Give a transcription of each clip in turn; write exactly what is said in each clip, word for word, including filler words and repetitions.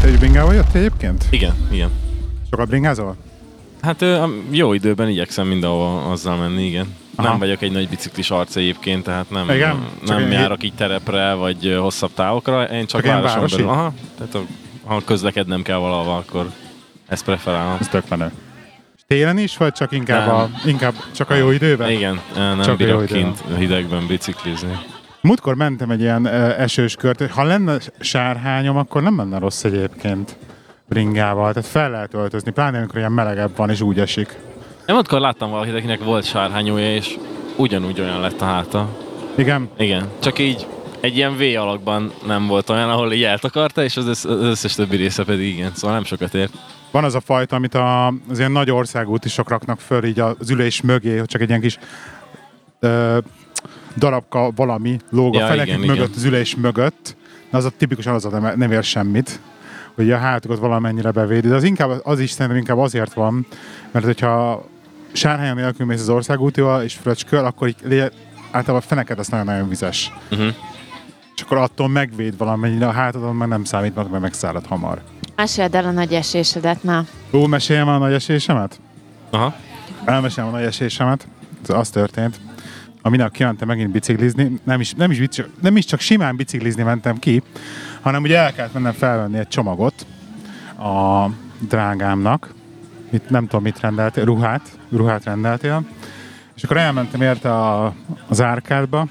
Te is bringával jött egyébként? Igen, igen. Sokat bringázol? Hát ö, jó időben igyekszem mindenhol azzal menni, igen. Aha. Nem vagyok egy nagy biciklis arc egyébként, tehát nem, Igen? nem Csak járok így terepre, vagy ö, hosszabb távokra. Én csak Csak ilyen városon városi? belül. Aha, tehát a, ha közlekednem kell valahova, akkor ezt preferálom. Ez tök menő. Télen is, vagy csak inkább, Nem. a, inkább csak a jó időben? Igen, nem Csak a jó bírok időben. kint hidegben biciklizni. Múltkor mentem egy ilyen uh, esős kört, ha lenne sárhányom, akkor nem menne rossz egyébként bringával. Tehát fel lehet öltözni, pláne amikor ilyen melegebb van és úgy esik. Én akkor láttam valakit, akinek volt sárhányója, és ugyanúgy olyan lett a háta. Igen? Igen, csak így egy ilyen V alakban nem volt olyan, ahol így eltakarta, és az, össz, az összes többi része pedig igen, szóval nem sokat ért. Van az a fajta, amit a, az ilyen nagy országútisok raknak föl így az ülés mögé, hogy csak egy ilyen kis ö, darabka valami lóg a Ja, fenekük igen, mögött, igen. az ülés mögött. Na az a tipikusan az, nem, nem ér semmit, hogy a hátukat valamennyire bevédi. De az, inkább, az is szerintem inkább azért van, mert hogyha sárhányon nélkül mész az országútival és fröcsköl, akkor így, lé- általában a feneked az nagyon-nagyon vizes. Uh-huh. És akkor attól megvéd valamennyire, a hátadon meg nem számít, mert megszárad hamar. Meséld el a nagy esésedet, na. Ó, meséljem a nagy esésemet? Aha. Elmesélem a nagy esésemet. Ez az történt. Aminek kimentem megint biciklizni, nem is, nem, is, bici- nem is csak simán biciklizni mentem ki, hanem ugye el kellett mennem felvenni egy csomagot a drágámnak. Itt nem tudom, mit rendeltél, ruhát, ruhát rendeltél. És akkor elmentem érte a, az árkádba,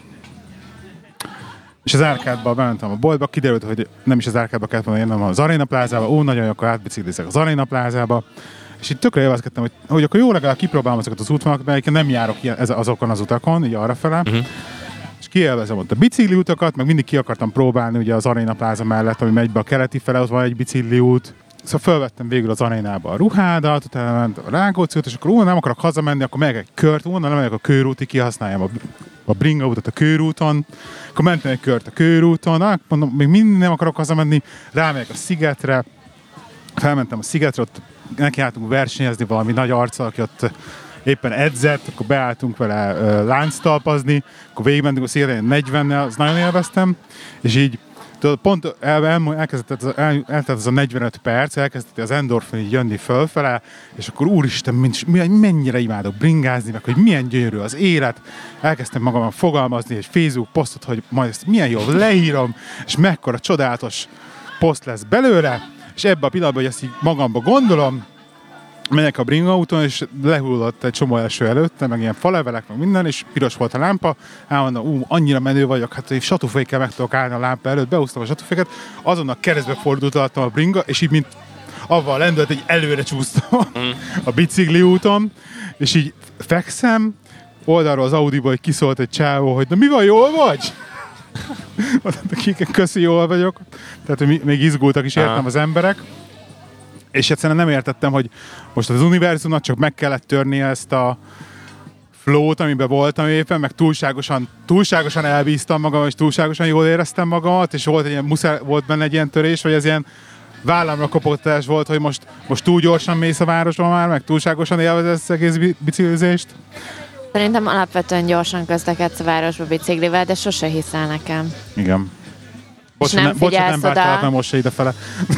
és az árkádba bementem a boltba, kiderült, hogy nem is az árkádba kellett volna jönnöm az Arena Plázába, ó, nagyon jó, akkor átbiciklizek az Arena Plázába, és itt tökre élvezkedtem, hogy, hogy akkor jó, legalább kipróbálom azokat az útvonalakat, mert nem járok ilyen, ez, azokon az utakon, így arrafele, uh-huh. és kiélvezem ott a bicikli utakat, meg mindig ki akartam próbálni ugye az Arena Pláza mellett, ami megy be a keleti fele, ott van egy bicikli út. Szóval felvettem végül az arénába a ruhádat, utána ment a Rákóczi út, és akkor ó, nem akarok hazamenni, akkor megyek egy kört, onnan lemegyek a körúti, kihasználjam a, a bringa utat a körúton, akkor mentem egy kört a körúton, ah, mondom, még mindig nem akarok hazamenni, rámegyek a szigetre, felmentem a szigetre, ott nekiálltunk versenyezni valami nagy arccal, aki ott éppen edzett, akkor beálltunk vele uh, lánctalpazni, akkor végigmentünk a szigeten negyvennel, az nagyon élveztem, és így tudod, pont el, el, elkezdett az, el, eltelt az a negyvenöt perc, elkezdett az endorfin így jönni fölfele, és akkor úristen, mennyire imádok bringázni, meg hogy milyen gyönyörű az élet. Elkezdtem magamon fogalmazni egy Facebook posztot, hogy majd ezt milyen jól leírom, és mekkora csodálatos poszt lesz belőle, és ebben a pillanatban, hogy ezt így magamba gondolom, megyek a bringaúton, és lehullott egy csomó eső előtte, meg ilyen falevelek, meg minden, és piros volt a lámpa, elmondom, ú, annyira menő vagyok, hát hogy satúfékkel meg tudok állni a lámpa előtt, beúztam a satúféket, azonnal keresztbe fordultattam a bringa, és így mint avval lendült, egy előre csúsztam mm. a bicikli úton, és így fekszem, oldalról az Audiból hogy kiszólt egy csávó, hogy na mi van, jól vagy? Mondtam, köszi, jól vagyok. Tehát, hogy még izgultak is, értem az emberek. És egyszerűen nem értettem, hogy most az univerzumnak csak meg kellett törni ezt a flow-t, amiben voltam éppen, meg túlságosan, túlságosan elbíztam magam, és túlságosan jól éreztem magamat, és volt, egy ilyen, muszáj, volt benne egy ilyen törés, vagy ez ilyen vállamra kopogtatás volt, hogy most, most túl gyorsan mész a városban már, meg túlságosan élvezed ezt az egész biciklizést. Szerintem alapvetően gyorsan közlekedsz a városba biciklivel, de sose hiszel nekem. Igen. Bocsánat, nem bocsánat, nem figyelsz bántálak, oda. nem most se idefele.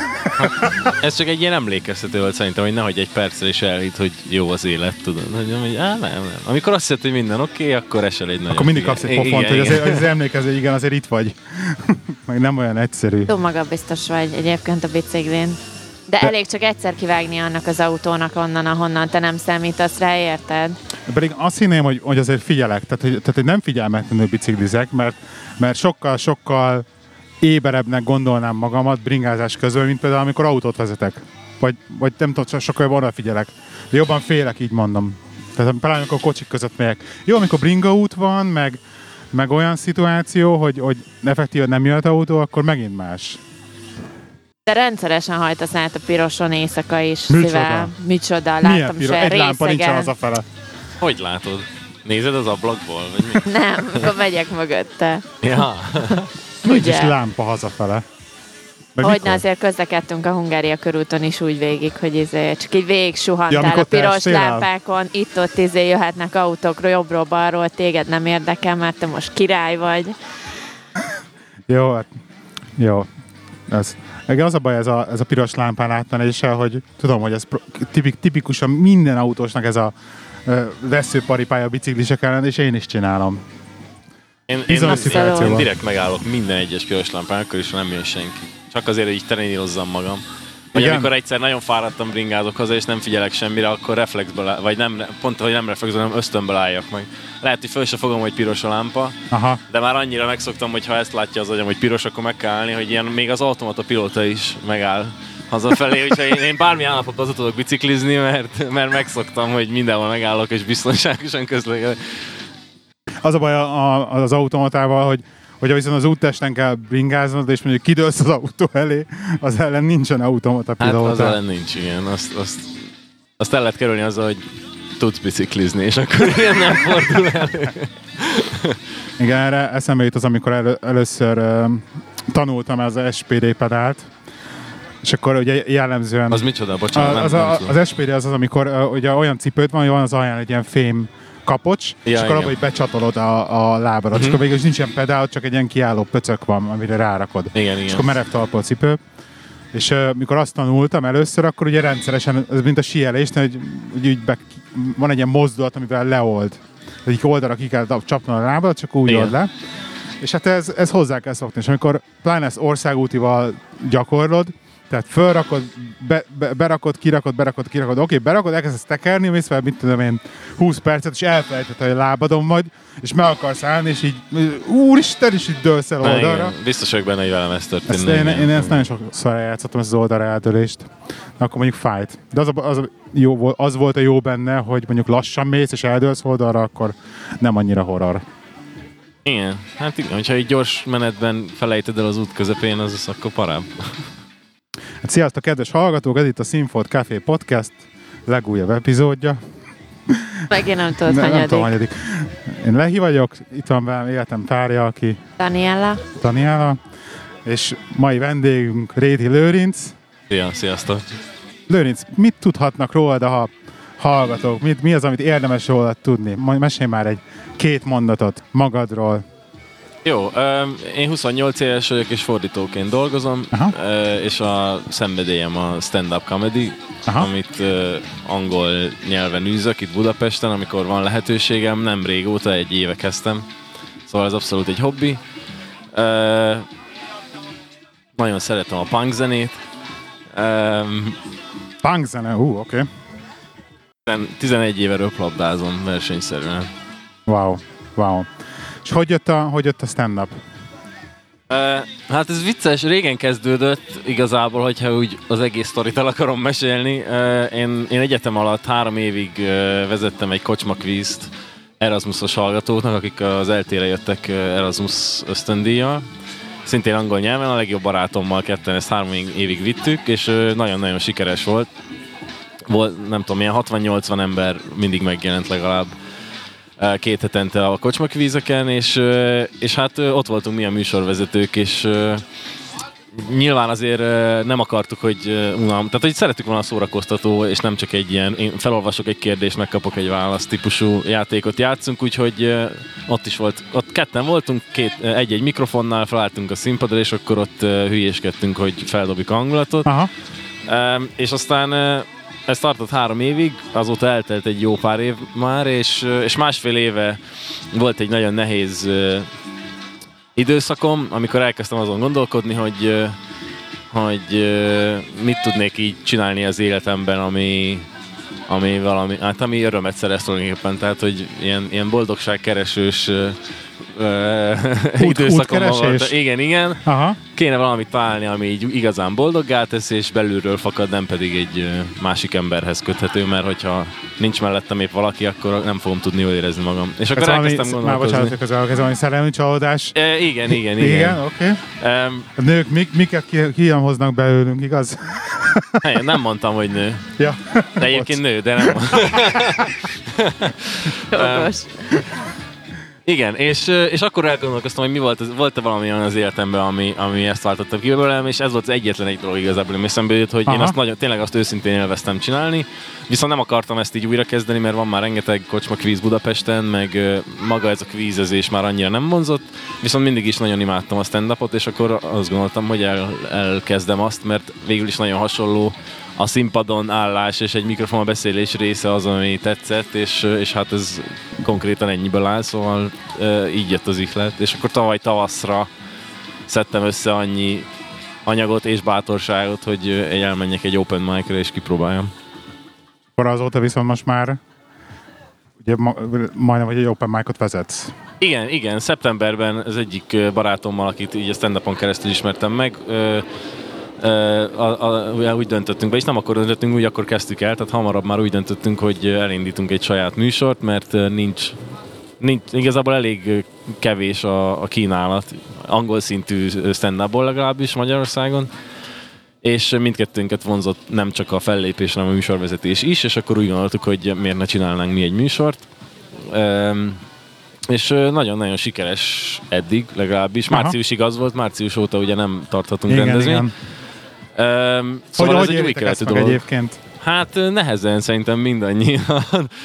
Ez csak egy ilyen emlékeztető volt szerintem, hogy nehogy egy percre is elhitt, hogy jó az élet, tudod. Hogy, hogy á, nem, nem. Amikor azt hiszed, hogy minden oké, okay, akkor esel egy nagyon. Akkor mindig kapsz egy pofont, hogy azért, azért emlékezz, hogy igen, azért itt vagy. Meg nem olyan egyszerű. Túl magabiztos vagy egyébként a biciklin. De, De elég csak egyszer kivágni annak az autónak onnan, ahonnan te nem számítasz rá, érted? Pedig azt hinném, hogy, hogy azért figyelek, tehát hogy, tehát, hogy nem figyelmetlenül biciklizek, mert, mert sokkal, sokkal éberebbnek gondolnám magamat bringázás közül, mint például amikor autót vezetek. Vagy, vagy nem tudom, sokkal jobban figyelek. De jobban félek, így mondom. Tehát például amikor kocsik között megyek. Jó, amikor bringaút van, meg, meg olyan szituáció, hogy, hogy effektíven nem jöhet autó, akkor megint más. De rendszeresen hajtasz át a piroson éjszaka is. Micsoda? Szível. Micsoda? Milyen Láttam piros? se Egy lámpa nincsen részegen. hazafele. Hogy látod? Nézed az ablakból? Vagy mi? Nem, akkor megyek mögötte. Ja. Nincs is Ugye? lámpa hazafele. Meg Hogyne, mikor? azért közlekedtünk a Hungária körúton is úgy végig, hogy izé, csak így végig suhantál Ja, a amikor te piros estél el? lámpákon, itt-ott izé jöhetnek autók jobbról, balról, téged nem érdekel, mert te most király vagy. Jó, hát, jó. Ez. Az a baj, ez a, ez a piros lámpán átmenéssel, hogy tudom, hogy ez tipik, tipikusan minden autósnak ez a veszőparipája a biciklisek ellen, és én is csinálom. Én, én, én, én direkt megállok minden egyes piros lámpán, akkor is nem jön senki. Csak azért, hogy így trenírozzam magam. Vagy igen? Amikor egyszer nagyon fáradtam, bringázok haza, és nem figyelek semmire, akkor reflexből, vagy nem, pont, hogy nem reflexből, hanem ösztönből álljak meg. Lehet, hogy föl se fogom, hogy piros a lámpa, aha, de már annyira megszoktam, hogy ha ezt látja az agyam, hogy piros, akkor meg kell állni, hogy ilyen még az automata pilóta is megáll hazafelé, úgyhogy én, én bármi állapotban az tudok biciklizni, mert, mert megszoktam, hogy mindenhol megállok, és biztonságosan közlekedek. Az a baj a, az automatával, hogy hogyha viszont az úttesten kell bringáznod, és mondjuk kidőlsz az autó elé, az ellen nincsen automata pilóta. Hát az ellen nincs, igen. Azt, azt, azt el lehet kerülni azzal, hogy tudsz biciklizni, és akkor ilyen nem fordul elő. Igen, erre eszembe jut az, amikor elő, először uh, tanultam az es pé dé pedált, és akkor ugye jellemzően... Az micsoda? Bocsánat, az, nem, az, nem az es pé dé az az, amikor uh, ugye olyan cipőt van, hogy van az alján egy ilyen fém kapocs, ja, és akkor abban, hogy becsatolod a, a lábadat, uh-huh. és akkor végül nincs ilyen pedál, csak egy ilyen kiálló pöcök van, amire rárakod. Igen, és igen. akkor merev talpú a cipő. És uh, mikor azt tanultam először, akkor ugye rendszeresen, ez mint a síelésnél, hogy, hogy úgy be, van egy ilyen mozdulat, amivel leold. Egy oldalra ki kell csapnod a lábadat, csak úgy old le. És hát ez, ez hozzá kell szokni. És amikor pláne ezt országútival gyakorlod, tehát fölrakod, be, be, berakod, kirakod, berakod, kirakod, oké, okay, berakod, elkezdesz tekerni, mész fel, mit tudom én, húsz percet, és elfelejtett, hogy a lábadon vagy, és meg akarsz állni, és így, úristen, és így dőlsz el oldalra. Igen, biztos vagyok benne, hogy velem ez történik. Ezt, én, én ezt nagyon sokszor eljátszottam, ezt az oldalra eldőlést. Akkor mondjuk fájt. De az, a, az, a jó, az volt a jó benne, hogy mondjuk lassan mész, és eldőlsz oldalra, akkor nem annyira horror. Igen, hát igen, hogyha egy gyors menetben felejted el az út közepén, az, az akkor parább. Hát sziasztok, kedves hallgatók, ez itt a Színfolt Café Podcast legújabb epizódja. Megint nem tudod, ne, hanyadik. Nem tudom, hanyadik. Én Lehi vagyok, itt van velem életem párja, aki... Daniela. Daniela. És mai vendégünk Réti Lőrinc. Szia, sziasztok. Lőrinc, mit tudhatnak rólad a hallgatók? Mit, mi az, amit érdemes rólad tudni? Mesélj már egy két mondatot magadról. Jó, én huszonnyolc éves vagyok, és fordítóként dolgozom, aha, és a szenvedélyem a stand-up comedy, aha, amit angol nyelven űzök itt Budapesten, amikor van lehetőségem, nem régóta, egy éve kezdtem, szóval ez abszolút egy hobbi. Nagyon szeretem a punk zenét. Punk zene, hú, oké. Okay. tizenegy éve röplabdázom versenyszerűen. Wow, wow. És hogy jött a, hogy jött a stand-up? Uh, hát ez vicces, régen kezdődött igazából, hogyha úgy az egész sztorit el akarom mesélni. Uh, én, én egyetem alatt három évig uh, vezettem egy kocsmakvízt Erasmusos hallgatóknak, akik az eltére jöttek uh, Erasmus ösztöndíjjal. Szintén angol nyelven, a legjobb barátommal ketten ezt három évig vittük, és uh, nagyon-nagyon sikeres volt. Volt, nem tudom, ilyen hatvan-nyolcvan ember mindig megjelent legalább két hetente a kocsmakvízeken, és, és hát ott voltunk mi a műsorvezetők, és nyilván azért nem akartuk, hogy unalmas, tehát hogy szerettük volna szórakoztató, és nem csak egy ilyen, én felolvasok egy kérdést, megkapok egy választ típusú játékot játszunk, úgyhogy ott is volt, ott ketten voltunk, két, egy-egy mikrofonnál felálltunk a színpadra, és akkor ott hülyéskedtünk, hogy feldobjuk a hangulatot. Aha. És aztán ez tartott három évig, azóta eltelt egy jó pár év már, és, és másfél éve volt egy nagyon nehéz uh, időszakom, amikor elkezdtem azon gondolkodni, hogy, uh, hogy uh, mit tudnék így csinálni az életemben, ami, ami valami, hát ami örömet szerez tulajdonképpen, tehát hogy ilyen, ilyen boldogságkeresős uh, uh, időszakom volt. Igen, igen. Aha. Kéne valamit találni, ami így igazán boldoggá tesz, és belülről fakad, nem pedig egy uh, másik emberhez köthető, mert hogyha nincs mellettem épp valaki, akkor nem fogom tudni jól érezni magam. És akkor ez elkezdtem valami, gondolkozni. Már bocsánat, ez valami szellemi csalódás. E, igen, igen, igen. Igen, oké. Okay. Um, a nők mik, miket ki, ki hoznak belőlünk, igaz? Helyen, nem mondtam, hogy nő. Ja. De egyébként nő, de nem mondtam. Jogos. Igen, és, és akkor elgondolkoztam, hogy mi volt, az, volt-e valami olyan az életemben, ami, ami ezt váltotta ki belőlem, és ez volt az egyetlen egy dolog igazából, ami eszembe jött, hogy Aha. én azt nagyon, tényleg azt őszintén élveztem csinálni, viszont nem akartam ezt így újra kezdeni, mert van már rengeteg kocsma kvíz Budapesten, meg maga ez a kvízezés már annyira nem vonzott, viszont mindig is nagyon imádtam a stand-upot, és akkor azt gondoltam, hogy el, elkezdem azt, mert végül is nagyon hasonló a színpadon állás és egy mikrofon a beszélés része az, ami tetszett, és, és hát ez konkrétan ennyiből áll, szóval e, így jött az ihlet. És akkor tavaly tavaszra szedtem össze annyi anyagot és bátorságot, hogy egy elmenjek egy open mic-ra és kipróbáljam. Akkor azóta viszont most már ugye ma, majdnem, hogy egy open mic-ot vezetsz. Igen, igen. Szeptemberben az egyik barátommal, akit így a stand-upon keresztül ismertem meg, Uh, a, a, úgy döntöttünk be, és nem akkor döntöttünk, úgy akkor kezdtük el, tehát hamarabb már úgy döntöttünk, hogy elindítunk egy saját műsort, mert nincs, nincs igazából elég kevés a, a kínálat, angol szintű stand-upból legalábbis Magyarországon, és mindkettőnket vonzott nem csak a fellépés, hanem a műsorvezetés is, és akkor úgy gondoltuk, hogy miért ne csinálnánk mi egy műsort. Um, és nagyon-nagyon sikeres eddig, legalábbis. Aha. Márciusig az volt, március óta ugye nem tarthatunk igen, rendezvényt. Igen. Um, szóval hogy, ez egy új keletű dolog. Egyébként? Hát nehezen szerintem mindannyian.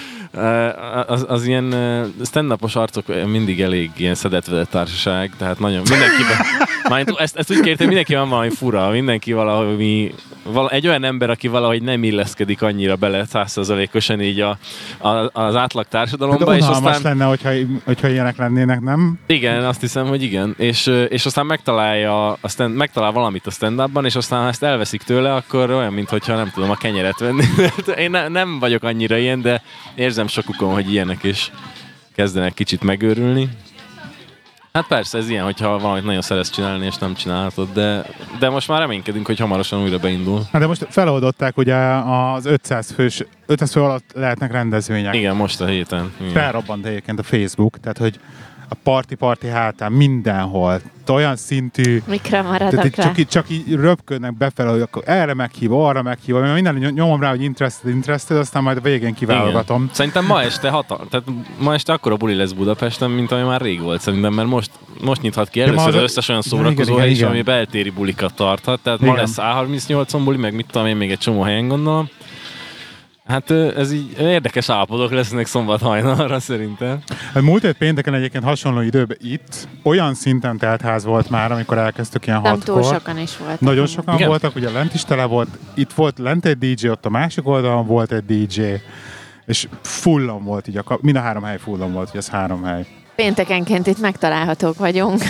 az, az ilyen stand-upos arcok mindig elég ilyen szedett társaság, tehát nagyon mindenkiben... ezt, ezt úgy kértem, mindenki van valami fura, mindenki valami... Vala, egy olyan ember, aki valahogy nem illeszkedik annyira bele száz százalékosan így a, a, az átlag társadalomba. És aztán lenne, hogyha, hogyha ilyenek lennének, nem? Igen, azt hiszem, hogy igen. És, és aztán megtalálja, a stand, megtalál valamit a stand-upban, és aztán ha ezt elveszik tőle, akkor olyan, mintha nem tudom a kenyeret venni. Én ne, nem vagyok annyira ilyen, de érzem sokukon, hogy ilyenek is kezdenek kicsit megőrülni. Hát persze, ez ilyen, hogyha valamit nagyon szeretsz csinálni, és nem csinálhatod, de, de most már reménykedünk, hogy hamarosan újra beindul. Hát de most feloldották ugye az ötszáz fős, ötszáz fő alatt lehetnek rendezvények. Igen, most a héten. Igen. Felrobbant egyébként a Facebook, tehát hogy a parti-parti hátán mindenhol, olyan szintű... Mikre maradok le? Csak, csak így röpködnek befelé, hogy akkor erre meghívva, arra meghívva, mert minden nyomom rá, hogy interested, interested, aztán majd a végén kiválogatom. Igen. Szerintem ma este hatal, tehát ma este akkora buli lesz Budapesten, mint ami már rég volt szerintem, mert most, most nyithat ki először az, az összes olyan szórakozó hely is, ami beltéri bulikat tarthat, tehát igen. Ma lesz á harmincnyolcon buli, meg mit tudom én, még egy csomó helyen gondolom. Hát ez így érdekes állapodok lesznek szombat hajnalra szerintem. Múlt hét pénteken egyébként hasonló időben itt olyan szinten telt ház volt már, amikor elkezdtük ilyen nem hatkor. Nem túl sokan is voltak. Nagyon sokan igen. voltak, ugye lent is tele volt, itt volt lent egy dé dzsé, ott a másik oldalon volt egy dé dzsé, és fullon volt, így a, mind a három hely fullon volt, ugye ez három hely. Péntekenként itt megtalálhatók vagyunk.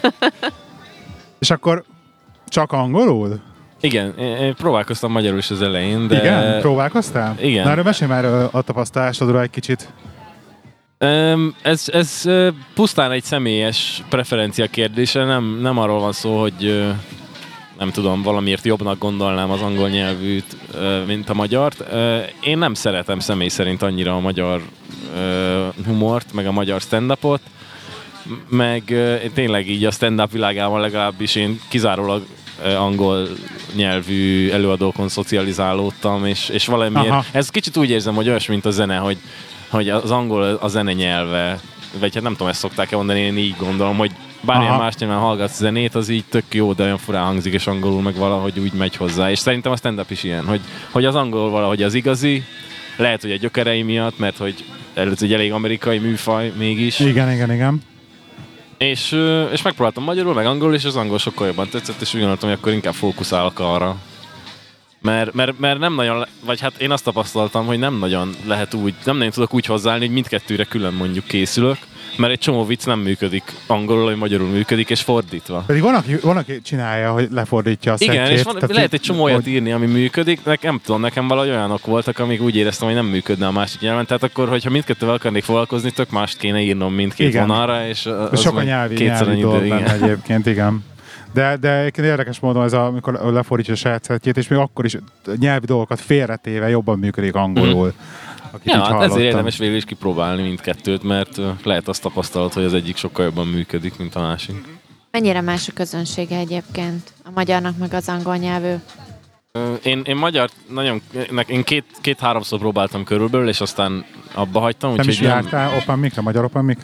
És akkor csak angolul? Igen, én próbálkoztam magyarul is az elején, de... Igen? Próbálkoztál? Igen. Na, erről mesélj már a tapasztalásodról egy kicsit. Um, ez, ez uh, pusztán egy személyes preferencia kérdése, nem, nem arról van szó, hogy uh, nem tudom, valamiért jobbnak gondolnám az angol nyelvűt, uh, mint a magyart. Uh, én nem szeretem személy szerint annyira a magyar uh, humort, meg a magyar stand-upot, meg uh, tényleg így a stand-up világában legalábbis én kizárólag angol nyelvű előadókon szocializálódtam, és, és valamiért, aha. Ez kicsit úgy érzem, hogy olyas, mint a zene, hogy, hogy az angol a zene nyelve, vagy hát nem tudom, ezt szokták-e mondani, én így gondolom, hogy bármilyen más nyelven hallgatsz zenét, az így tök jó, de olyan furán hangzik, és angolul meg valahogy úgy megy hozzá. És szerintem a stand-up is ilyen, hogy, hogy az angol valahogy az igazi, lehet, hogy a gyökerei miatt, mert hogy ez egy elég amerikai műfaj mégis. Igen, igen, igen. És, és megpróbáltam magyarul, meg angolul, és az angol sokkal jobban tetszett, és úgy gondoltam, hogy akkor inkább fókuszálok arra. Mert, mert, mert nem nagyon, vagy hát én azt tapasztaltam, hogy nem nagyon lehet úgy, nem nagyon tudok úgy hozzáállni, hogy mindkettőre külön mondjuk készülök, mert egy csomó vicc nem működik angolul, vagy magyarul működik, és fordítva. Pedig van, aki, van, aki csinálja, hogy lefordítja a szettjét. Igen, és van, lehet egy csomó olyat írni, ami működik, de nem tudom, nekem valahogy olyanok voltak, amik úgy éreztem, hogy nem működne a másik nyelven, tehát akkor, hogyha mindkettővel akarnék foglalkozni, tök mást kéne írnom mindkét vonalra, és az sok a nyelvi, nyelvi dolog benne egyébként, igen. De, de egyébként érdekes módon ez, a, amikor lefordítja a saját szettjét, és még akkor is nyelvi dolgokat félretéve jobban működik angolul. Mm. Ja, hát ezért érdemes végül is kipróbálni mindkettőt, mert lehet azt tapasztalat, hogy az egyik sokkal jobban működik, mint a másik. Mennyire más a közönsége egyébként? A magyarnak meg az angol nyelvű? Én, én magyar nagyon, én két, két-háromszor próbáltam körülbelül, és aztán abba hagytam. Nem is jártál open micre, magyar open micre?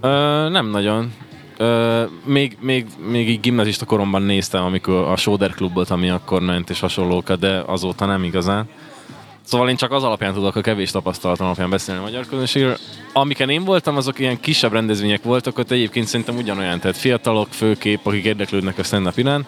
Ö, nem nagyon. Ö, még, még, még így gimnazista koromban néztem, amikor a Soder klubot, ami akkor ment és hasonlókat, de azóta nem igazán. Szóval én csak az alapján tudok, a kevés tapasztalatom alapján beszélni a magyar közönségről. Amiken én voltam, azok ilyen kisebb rendezvények voltak, ott egyébként szerintem ugyanolyan, tehát fiatalok, főkép, akik érdeklődnek a stand-up iránt.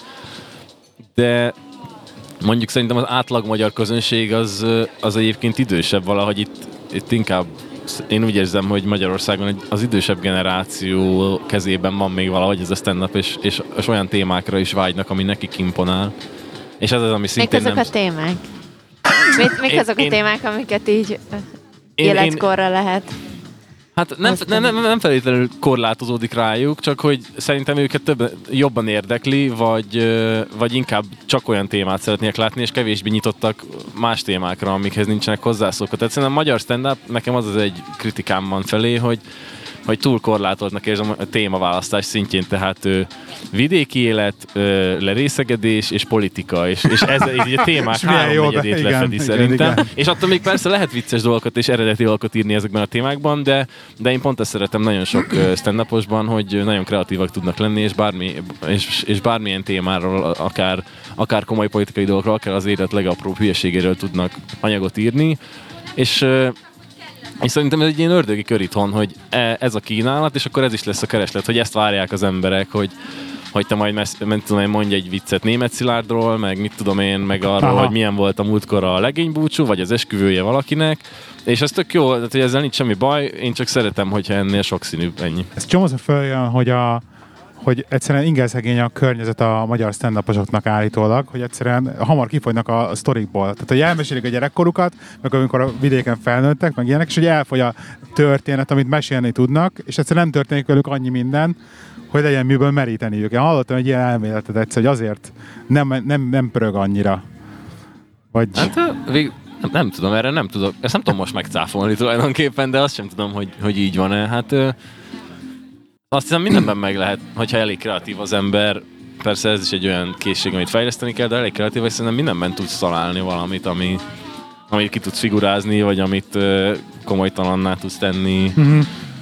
De mondjuk szerintem az átlag magyar közönség az, az egyébként idősebb valahogy itt, itt inkább én úgy érzem, hogy Magyarországon az idősebb generáció kezében van még valahogy ez a stand-up, és, és, és olyan témákra is vágynak, ami nekik imponál. És ez az, ami szintén mik azok nem... a témák? Mik, mik én, azok én, a témák, amiket így én, életkorra lehet? Hát nem, nem, nem, nem feltétlenül korlátozódik rájuk, csak hogy szerintem őket több, jobban érdekli, vagy, vagy inkább csak olyan témát szeretnék látni, és kevésbé nyitottak más témákra, amikhez nincsenek hozzászokva. Tehát szerintem a magyar stand-up, nekem az az egy kritikám van felé, hogy hogy túl korlátoznak érzem a témaválasztás szintjén, tehát ö, vidéki élet, ö, lerészegedés és politika, és, és ez így a témák háromnegyedét lefedi szerintem. Igen. És attól még persze lehet vicces dolgokat és eredeti dolgokat írni ezekben a témákban, de, de én pont ezt szeretem nagyon sok stand-uposban, hogy nagyon kreatívak tudnak lenni, és, bármi, és, és bármilyen témáról, akár, akár komoly politikai dolgokról, akár az élet legapróbb hülyeségéről tudnak anyagot írni, és És szerintem ez egy ilyen ördögi kör itthon, hogy ez a kínálat, és akkor ez is lesz a kereslet, hogy ezt várják az emberek, hogy, hogy te majd messz, tudom én, mondj egy viccet Németh Szilárdról, meg mit tudom én, meg arról, aha, hogy milyen volt a múltkor a legénybúcsú, vagy az esküvője valakinek, és ez tök jó, tehát hogy ezzel nincs semmi baj, én csak szeretem, hogyha ennél sokszínűbb, ennyi. Ez csomószor följön, hogy a hogy egyszerűen ingerszegény a környezet a magyar stand-uposoknak állítólag, hogy egyszerűen hamar kifogynak a sztorikból. Tehát, hogy elmesélik a gyerekkorukat, meg amikor a vidéken felnőttek, meg ilyenek, és hogy elfogy a történet, amit mesélni tudnak, és egyszerűen nem történik velük annyi minden, hogy legyen miből meríteniük. Én hallottam egy ilyen elméletet egyszer, hogy azért nem, nem, nem pörög annyira. Vagy... Hát, vég... nem tudom, erre nem tudok, ezt nem tudom most megcáfolni tulajdonképpen, de azt sem tudom, hogy, hogy így van-e. Hát azt hiszem mindenben meg lehet, hogyha elég kreatív az ember, persze ez is egy olyan készség, amit fejleszteni kell, de elég kreatív, és szerintem mindenben tudsz találni valamit, ami, amit ki tudsz figurázni, vagy amit uh, komolytalanná tudsz tenni. Mm-hmm.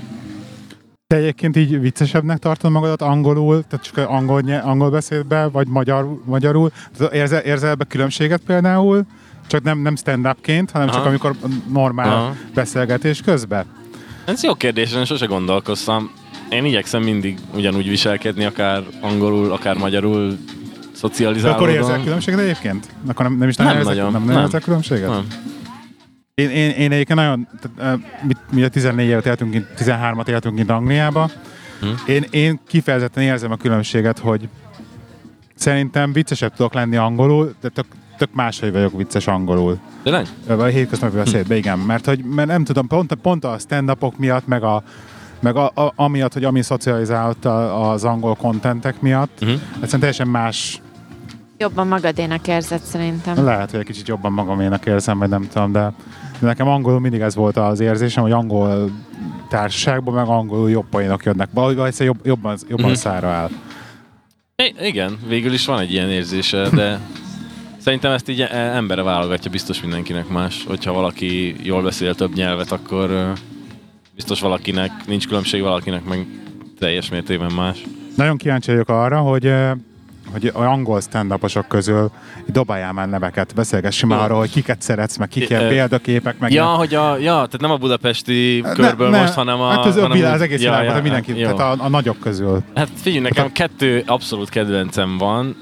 Te egyébként így viccesebbnek tartod magadat angolul, tehát csak angol, angol beszédbe, vagy magyar, magyarul? Érzel, érzel ebbe különbséget például? Csak nem, nem stand-upként, hanem aha, csak amikor normál aha, beszélgetés közben? Ez jó kérdés, én sose gondolkoztam. Én igyekszem mindig ugyanúgy viselkedni, akár angolul, akár magyarul szocializálódom. De akkor érzel különbséget egyébként? Akkor nem, nem is nem érzek, nagyon. Nem, nem, nem érzel különbséget? Nem. Én, én, én egyébként nagyon, tehát, mi, mi a tizennégy évet éltünk, tizenhármat éltünk itt Angliába. Hm. Én, én kifejezetten érzem a különbséget, hogy szerintem viccesebb tudok lenni angolul, de tök, tök máshogy vagyok vicces angolul. Tényleg? A hétköznapi beszédben, igen. Mert, hogy, mert nem tudom, pont, pont a stand-upok miatt, meg a meg a, a, amiatt, hogy ami szocializált az angol kontentek miatt, uh-huh, egyszerűen teljesen más. Jobban magadénak érzed szerintem. Lehet, hogy egy kicsit jobban magaménak érzem, vagy nem tudom, de, de nekem angolul mindig ez volt az érzésem, hogy angol társaságban meg angolul jobb poénok jönnek. Valahogy jobb, jobban, jobban uh-huh, szára áll. I- igen, végül is van egy ilyen érzése, de szerintem ezt így emberre válogatja biztos mindenkinek más. Hogyha valaki jól beszél több nyelvet, akkor biztos valakinek, nincs különbség, valakinek meg teljes mértékben más. Nagyon kíváncsi vagyok arra, hogy, hogy az angol stand-uposok közül dobáljál már neveket, beszélgessünk már arról, hogy kiket szeretsz, meg kik ilyen példaképek. Meg ja, ilyen... hogy a, ja, tehát nem a budapesti ne, körből ne, most, hanem a... Hát az, hanem az egész ja, világban, ja, mindenki, jó, tehát a, a nagyok közül. Hát figyelj, nekem hát a... kettő abszolút kedvencem van,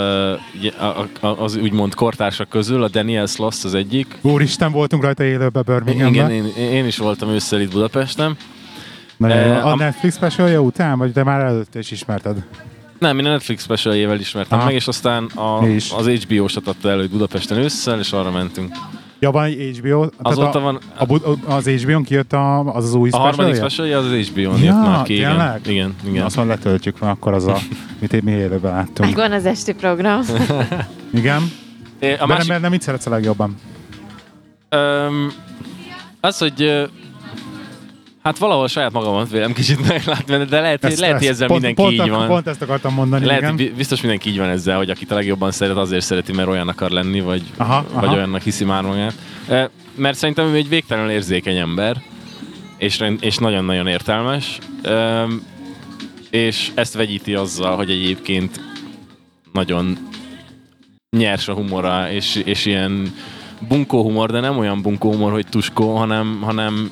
az úgymond kortársak közül, a Daniel Sloss az egyik. Úristen, voltunk rajta élőbe Birminghamben. Igen, én, én is voltam ősszel itt Budapesten. Uh, a Netflix specialja után, vagy de már előtt is ismerted? Nem, én a Netflix specialjével ismertem aha, meg, és aztán a, az há bé ó-sat adta elő Budapesten ősszel, és arra mentünk. Ja, van egy há bé ó? Azóta a, van... A, az há bé ó-n kijött a, az az új specialja? A harmadik specialja az az há bé ó-n jött ja, már ki. Igen, igen, igen. Azt mondja, letöltjük van akkor az a, mit mi élőben láttunk. Megvan az esti program. Igen? É, a másik... Nem mit szeretsz a legjobban? Um, az, hogy... Hát valahol saját magamat vélem kicsit meglátni, de lehet, ezt, lehet hogy ezzel pont, mindenki pont, így van. Pont ezt akartam mondani, lehet, igen. Biztos mindenki így van ezzel, hogy akit a legjobban szeret, azért szereti, mert olyan akar lenni, vagy, aha, vagy aha, olyannak hiszi már magát. Mert szerintem ő egy végtelenül érzékeny ember, és, és nagyon-nagyon értelmes. Um, és ezt vegyíti azzal, hogy egyébként nagyon nyers a humora, és, és ilyen bunkó humor, de nem olyan bunkó humor, hogy tuskó, hanem, hanem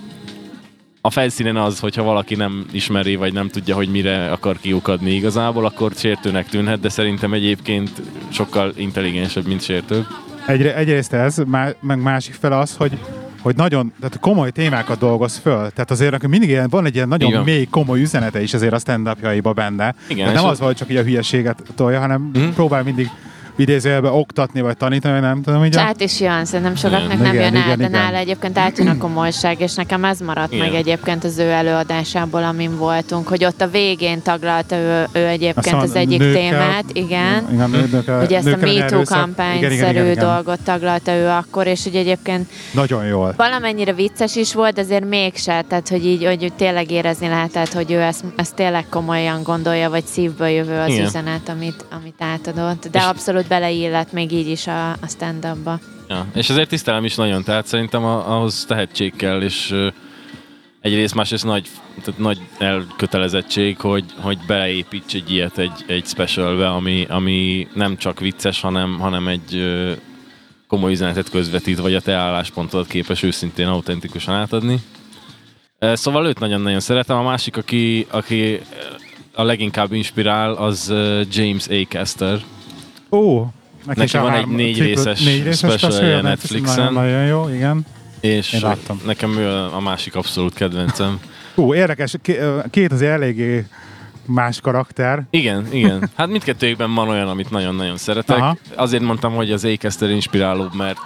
a felszínen az, hogyha valaki nem ismeri, vagy nem tudja, hogy mire akar kiukadni igazából, akkor sértőnek tűnhet, de szerintem egyébként sokkal intelligensebb, mint sértő. Egyre, egyrészt ez, má, meg másik fel az, hogy hogy nagyon tehát komoly témákat dolgoz föl. Tehát azért akkor mindig ilyen, van egy ilyen nagyon igen. mély, komoly üzenete is azért a stand-upjaiba benne. Igen, nem az volt, csak így a hülyeséget tolja, hanem mm. próbál mindig idézőjelbe oktatni, vagy tanítani, nem tudom. Így át is jön, szerintem sokaknak nem jön át, de nála egyébként átjön a komolyság, és nekem ez maradt igen. meg egyébként az ő előadásából, amin voltunk, hogy ott a végén taglalta ő, ő egyébként az egyik nőkkel, témát, igen, igen nőkkel, hogy ezt a MeToo kampány-szerű dolgot taglalta ő akkor, és hogy egyébként nagyon jól. Valamennyire vicces is volt, azért mégse, tehát hogy így hogy tényleg érezni lehetett, hogy ő ezt, ezt tényleg komolyan gondolja, vagy szívből jövő az igen. üzenet, amit, amit átadott, de és abszolút beleillett még így is a, a stand-upba. Ja, és ezért tisztelem is nagyon, tehát szerintem ahhoz tehetség kell, és uh, egyrészt másrészt nagy, tehát nagy elkötelezettség, hogy, hogy beleépíts egy ilyet egy, egy specialbe, ami, ami nem csak vicces, hanem, hanem egy uh, komoly üzenetet közvetít, vagy a te álláspontodat képes őszintén, autentikusan átadni. Uh, szóval őt nagyon-nagyon szeretem. A másik, aki, aki a leginkább inspirál, az uh, James A. Caster. Ó, neki, neki van egy négy részes, négy részes specialja Netflixen. Nagyon, nagyon jó, igen. És nekem ő a másik abszolút kedvencem. Ú, érdekes, két azért eléggé más karakter. Igen, igen. Hát mindkettőjükben van olyan, amit nagyon-nagyon szeretek. Aha. Azért mondtam, hogy az A. Caster inspirálóbb, mert,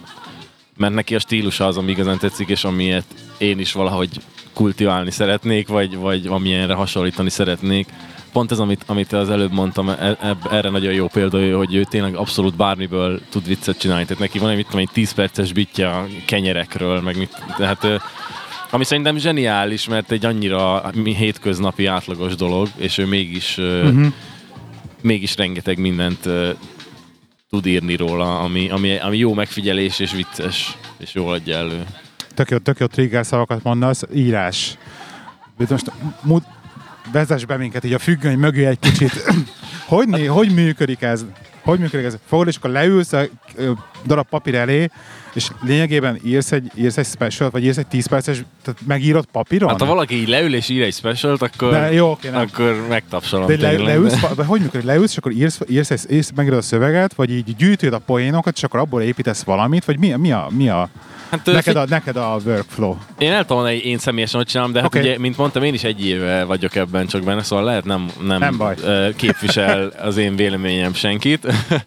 mert neki a stílusa az, ami igazán tetszik, és amilyet én is valahogy kultiválni szeretnék, vagy, vagy amilyenre hasonlítani szeretnék. Pont ez, amit, amit az előbb mondtam, e, e, erre nagyon jó példa, hogy ő tényleg abszolút bármiből tud viccet csinálni. Tehát neki van egy, mit tudom, egy tíz perces bitja a kenyerekről, meg mit, tehát, ami szerintem zseniális, mert egy annyira hétköznapi átlagos dolog, és ő mégis, uh-huh. mégis rengeteg mindent tud írni róla, ami, ami, ami jó megfigyelés és vicces, és jól adja elő. Tök jó, tök jó trigger szavakat mondasz, írás. Most mut, vezess be minket így a függöny mögé egy kicsit. hogy, hogy működik ez? Hogy működik ez? Fogod, és akkor leülsz a darab papír elé, és lényegében írsz egy, írsz egy special, vagy írsz egy tíz perces, tehát megírod papíron? Hát ha valaki így leül és ír egy specialt, akkor, de, jó, okay, akkor megtapsolom. De le, leülsz, de hogy működik? Leülsz, és akkor írsz, írsz, írsz, írsz megírod a szöveget, vagy így gyűjtöd a poénokat, és akkor abból építesz valamit, vagy mi, mi a... Mi a Hát, neked, a, neked a workflow. Én el tudom, hogy én személyesen hogy csinálom, de hát okay. ugye, mint mondtam, én is egy éve vagyok ebben csak benne, szóval lehet nem, nem, nem baj. képvisel az én véleményem senkit.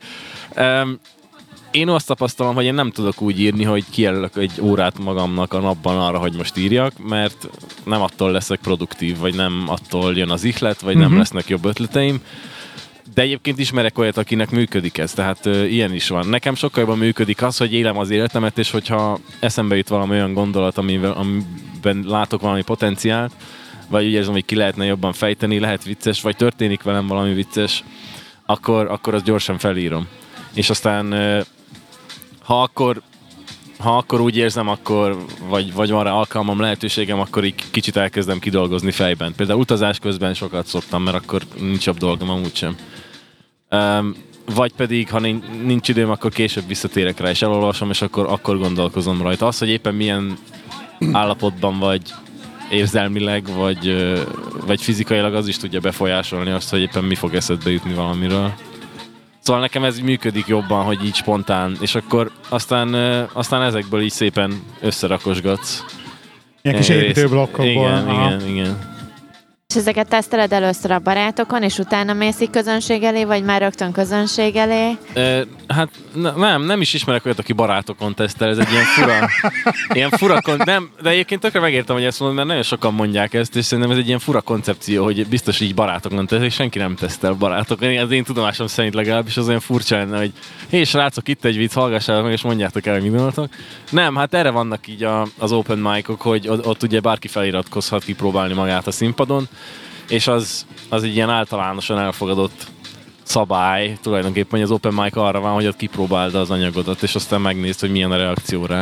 Én azt tapasztalom, hogy én nem tudok úgy írni, hogy kijelölök egy órát magamnak a napban arra, hogy most írjak, mert nem attól leszek produktív, vagy nem attól jön az ihlet, vagy uh-huh. nem lesznek jobb ötleteim. De egyébként ismerek olyat, akinek működik ez, tehát uh, ilyen is van. Nekem sokkal jobban működik az, hogy élem az életemet, és hogyha eszembe jut valami olyan gondolat, amiben, amiben látok valami potenciált, vagy úgy érzem, hogy ki lehetne jobban fejteni, lehet vicces, vagy történik velem valami vicces, akkor, akkor azt gyorsan felírom. És aztán uh, ha akkor ha akkor úgy érzem, akkor, vagy, vagy van rá alkalmam, lehetőségem, akkor így kicsit elkezdem kidolgozni fejben. Például utazás közben sokat szoktam, mert akkor nincs jobb dolgom amúgy sem. Um, vagy pedig, ha nincs időm, akkor később visszatérek rá, és elolvasom, és akkor, akkor gondolkozom rajta. Az, hogy éppen milyen állapotban vagy érzelmileg, vagy, vagy fizikailag, az is tudja befolyásolni azt, hogy éppen mi fog eszedbe jutni valamiről. Szóval nekem ez működik jobban, hogy így spontán, és akkor aztán, aztán ezekből így szépen összerakosgatsz. Ilyen kis építőblokkokból. Igen, igen, igen. És ezeket teszteled először a barátokon, és utána mész így közönség elé, vagy már rögtön közönség elé? E, hát nem, nem is ismerek olyat, aki barátokon tesztel, ez egy ilyen fura, ilyen fura kon- nem, de egyébként tökre megértem, hogy ezt mondod, mert nagyon sokan mondják ezt, és szerintem ez egy ilyen fura koncepció, hogy biztos így barátokon tesztel, és senki nem tesztel barátokon. Az én tudomásom szerint legalábbis az olyan furcsa lenne, hogy hé srácok, itt egy vicc, hallgassátok meg, és mondjátok el, hogy mit gondoltok. Nem, hát erre vannak így a, az open mic-ok, hogy ott, ott ugye bárki feliratkozhat kipróbálni magát a színpadon, és az, az egy ilyen általánosan elfogadott szabály, tulajdonképpen, hogy az open mic arra van, hogy ott kipróbáld az anyagodat, és aztán megnézd, hogy milyen a reakció rá.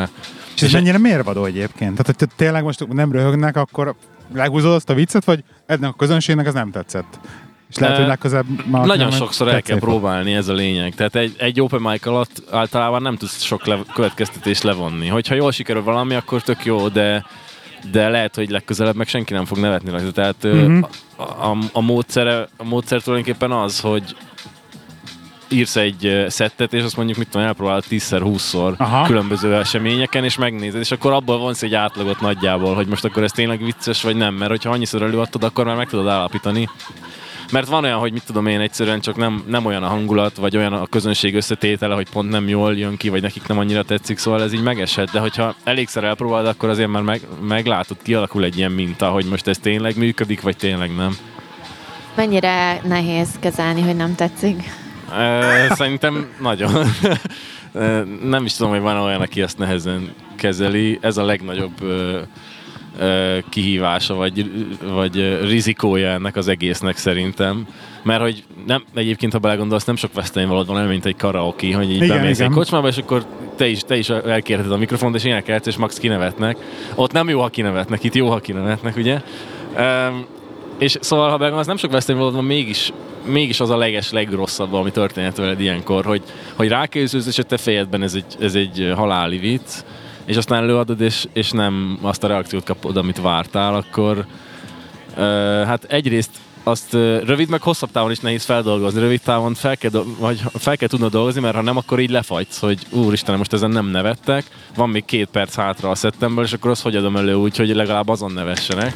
És ez mennyire mérvadó egyébként? Tehát, hogy tényleg most nem röhögnek, akkor lehúzod azt a viccet, vagy ennek a közönségnek ez nem tetszett? És lehet, hogy legközelebb már nagyon sokszor el kell próbálni, ez a lényeg. Tehát egy, egy open mic alatt általában nem tudsz sok le, következtetést levonni. Hogyha jól sikerül valami, akkor tök jó, de, de lehet, hogy legközelebb meg senki nem fog nevetni rajta. Tehát mm-hmm. a, a, a, módszere, a módszer tulajdonképpen az, hogy írsz egy szettet, és azt mondjuk, mit tudom, elpróbálod tízszer, húszszor Aha. különböző eseményeken, és megnézed, és akkor abból vonsz egy átlagot nagyjából, hogy most akkor ez tényleg vicces, vagy nem, mert hogyha annyiszor előadtad, akkor már meg tudod állapítani. Mert van olyan, hogy mit tudom én, egyszerűen csak nem, nem olyan a hangulat, vagy olyan a közönség összetétele, hogy pont nem jól jön ki, vagy nekik nem annyira tetszik, szóval ez így megeshet, de hogyha elégszer elpróbálod, akkor azért már meg, meglátod, kialakul egy ilyen minta, hogy most ez tényleg működik, vagy tényleg nem. Mennyire nehéz kezelni, hogy nem tetszik? Szerintem nagyon. Nem is tudom, hogy van olyan, aki ezt nehezen kezeli. Ez a legnagyobb kihívása, vagy, vagy rizikója ennek az egésznek szerintem. Mert hogy nem, egyébként, ha belegondolsz, nem sok vesztenyvalód van, olyan, mint egy karaoke, hogy így bemész egy kocsmába, és akkor te is, te is elkérheted a mikrofont, és énekelsz, és max kinevetnek. Ott nem jó, ha kinevetnek, itt jó, ha kinevetnek, ugye? Um, és szóval, ha belegondolsz, nem sok vesztenyvalód van, mégis, mégis az a leges, legrosszabb, ami történhet veled ilyenkor, hogy, hogy rákészülsz, és a te fejedben ez egy, ez egy haláli vicc, és aztán előadod, és, és nem azt a reakciót kapod, amit vártál, akkor uh, hát egyrészt azt uh, rövid, meg hosszabb távon is nehéz feldolgozni. Rövid távon fel kell, do- vagy fel kell tudnod dolgozni, mert ha nem, akkor így lefagysz, hogy úristen, most ezen nem nevettek, van még két perc hátra a szettemből, és akkor azt hogy adom elő úgy, hogy legalább azon nevessenek.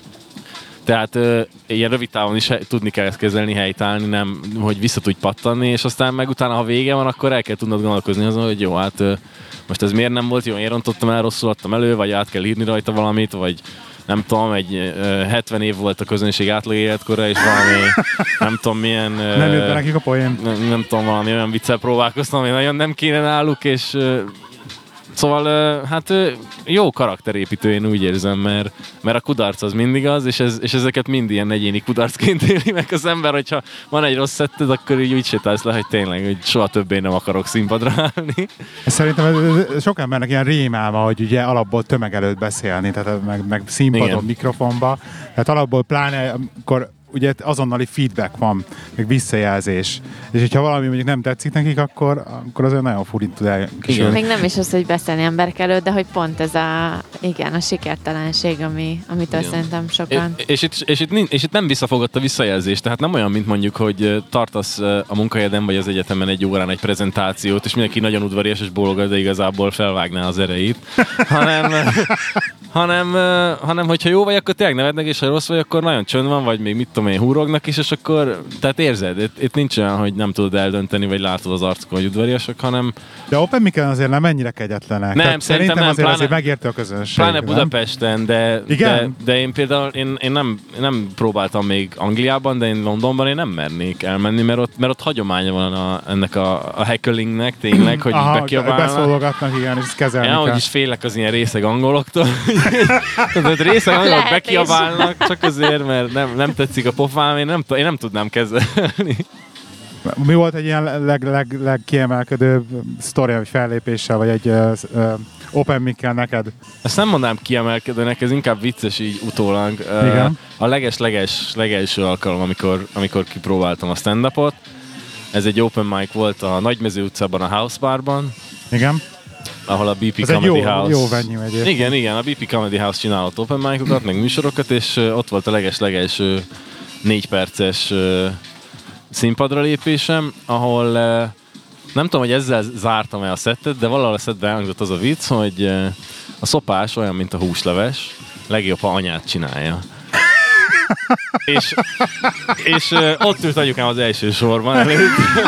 Tehát uh, ilyen rövid távon is tudni kell ezt kezelni, helytállni, nem, hogy vissza tudj pattanni, és aztán meg utána, ha vége van, akkor el kell tudnod gondolkozni azon, hogy jó, hát uh, most ez miért nem volt jó, én rontottam el, rosszul adtam elő, vagy át kell írni rajta valamit, vagy nem tudom, egy uh, hetven év volt a közönség átlag életkora, és valami, nem tudom milyen... Uh, nem jött be nekik a poén. Nem, nem tudom, valami olyan viccel próbálkoztam, ami nagyon nem kéne náluk, és... Uh, Szóval, hát jó karakterépítő, én úgy érzem, mert, mert a kudarc az mindig az, és, ez, és ezeket mind ilyen egyéni kudarcként éli meg az ember, hogyha van egy rossz szetted, akkor így úgy sétálsz le, hogy tényleg, hogy soha többé nem akarok színpadra állni. Szerintem ez, ez sok embernek ilyen rémálma, hogy ugye alapból tömeg előtt beszélni, tehát meg, meg színpadon, igen. mikrofonba, tehát alapból pláne, amikor ugye azonnali feedback van, meg visszajelzés. És hogyha valami mondjuk nem tetszik nekik, akkor, akkor azért nagyon furit tud elkísérni. Még nem is az, hogy beszélni emberek előtt, de hogy pont ez a, igen, a sikertelenség, ami, amitől igen. szerintem sokan... És, és, itt, és, itt, és itt nem visszafogott a visszajelzés, tehát nem olyan, mint mondjuk, hogy tartasz a munkahelyeden vagy az egyetemen egy órán egy prezentációt, és mindenki nagyon udvarias és bólogat, de igazából felvágná az erejét, hanem... hanem, hanem hogyha jó vagy, akkor tényleg nevetnek, és ha rossz vagy, akkor nagyon csönd van, vagy még mit tudom én, húrognak is, és akkor, tehát érzed, itt, itt nincs olyan, hogy nem tudod eldönteni, vagy látod az arcokon, hogy udvariasak, hanem... De open miken azért nem ennyire kegyetlenek. Nem, szerintem nem, azért, pláne, azért megértő a közönség. Pláne Budapesten, de, de, de én például, én, én nem, nem próbáltam még Angliában, de én Londonban én nem mernék elmenni, mert ott, mert ott hagyománya van a, ennek a, a hecklingnek tényleg, hogy aha, bekiabálnak. Beszólogatnak, igen, és kezelni kell. Én is félek az ilyen részeg angoloktól. Tehát részeg angolok bekiabálnak, csak azért, mert nem, nem tetszik a pofám, én nem, én nem tudnám kezelni. Mi volt egy ilyen leg, leg, legkiemelkedőbb sztori, vagy fellépéssel, vagy egy uh, uh, open mic-kel neked? Ezt nem mondanám kiemelkedőnek, ez inkább vicces így utólag. Uh, a leges-leges legelső alkalom, amikor, amikor kipróbáltam a stand-upot. Ez egy open mic volt a Nagymező utcában, a House Barban. Igen. Ahol a bé pé ez Comedy jó, House... jó venue egyébként. Igen, igen, a bé pé Comedy House csinálott open mic-okat, meg műsorokat, és ott volt a leges-leges négy perces színpadra lépésem, ahol nem tudom, hogy ezzel zártam-e a szettet, de valahol a szettben elhangzott az a vicc, hogy a szopás olyan, mint a húsleves, legjobb, ha anyát csinálja. és és ott ült anyukám az első sorban előtt,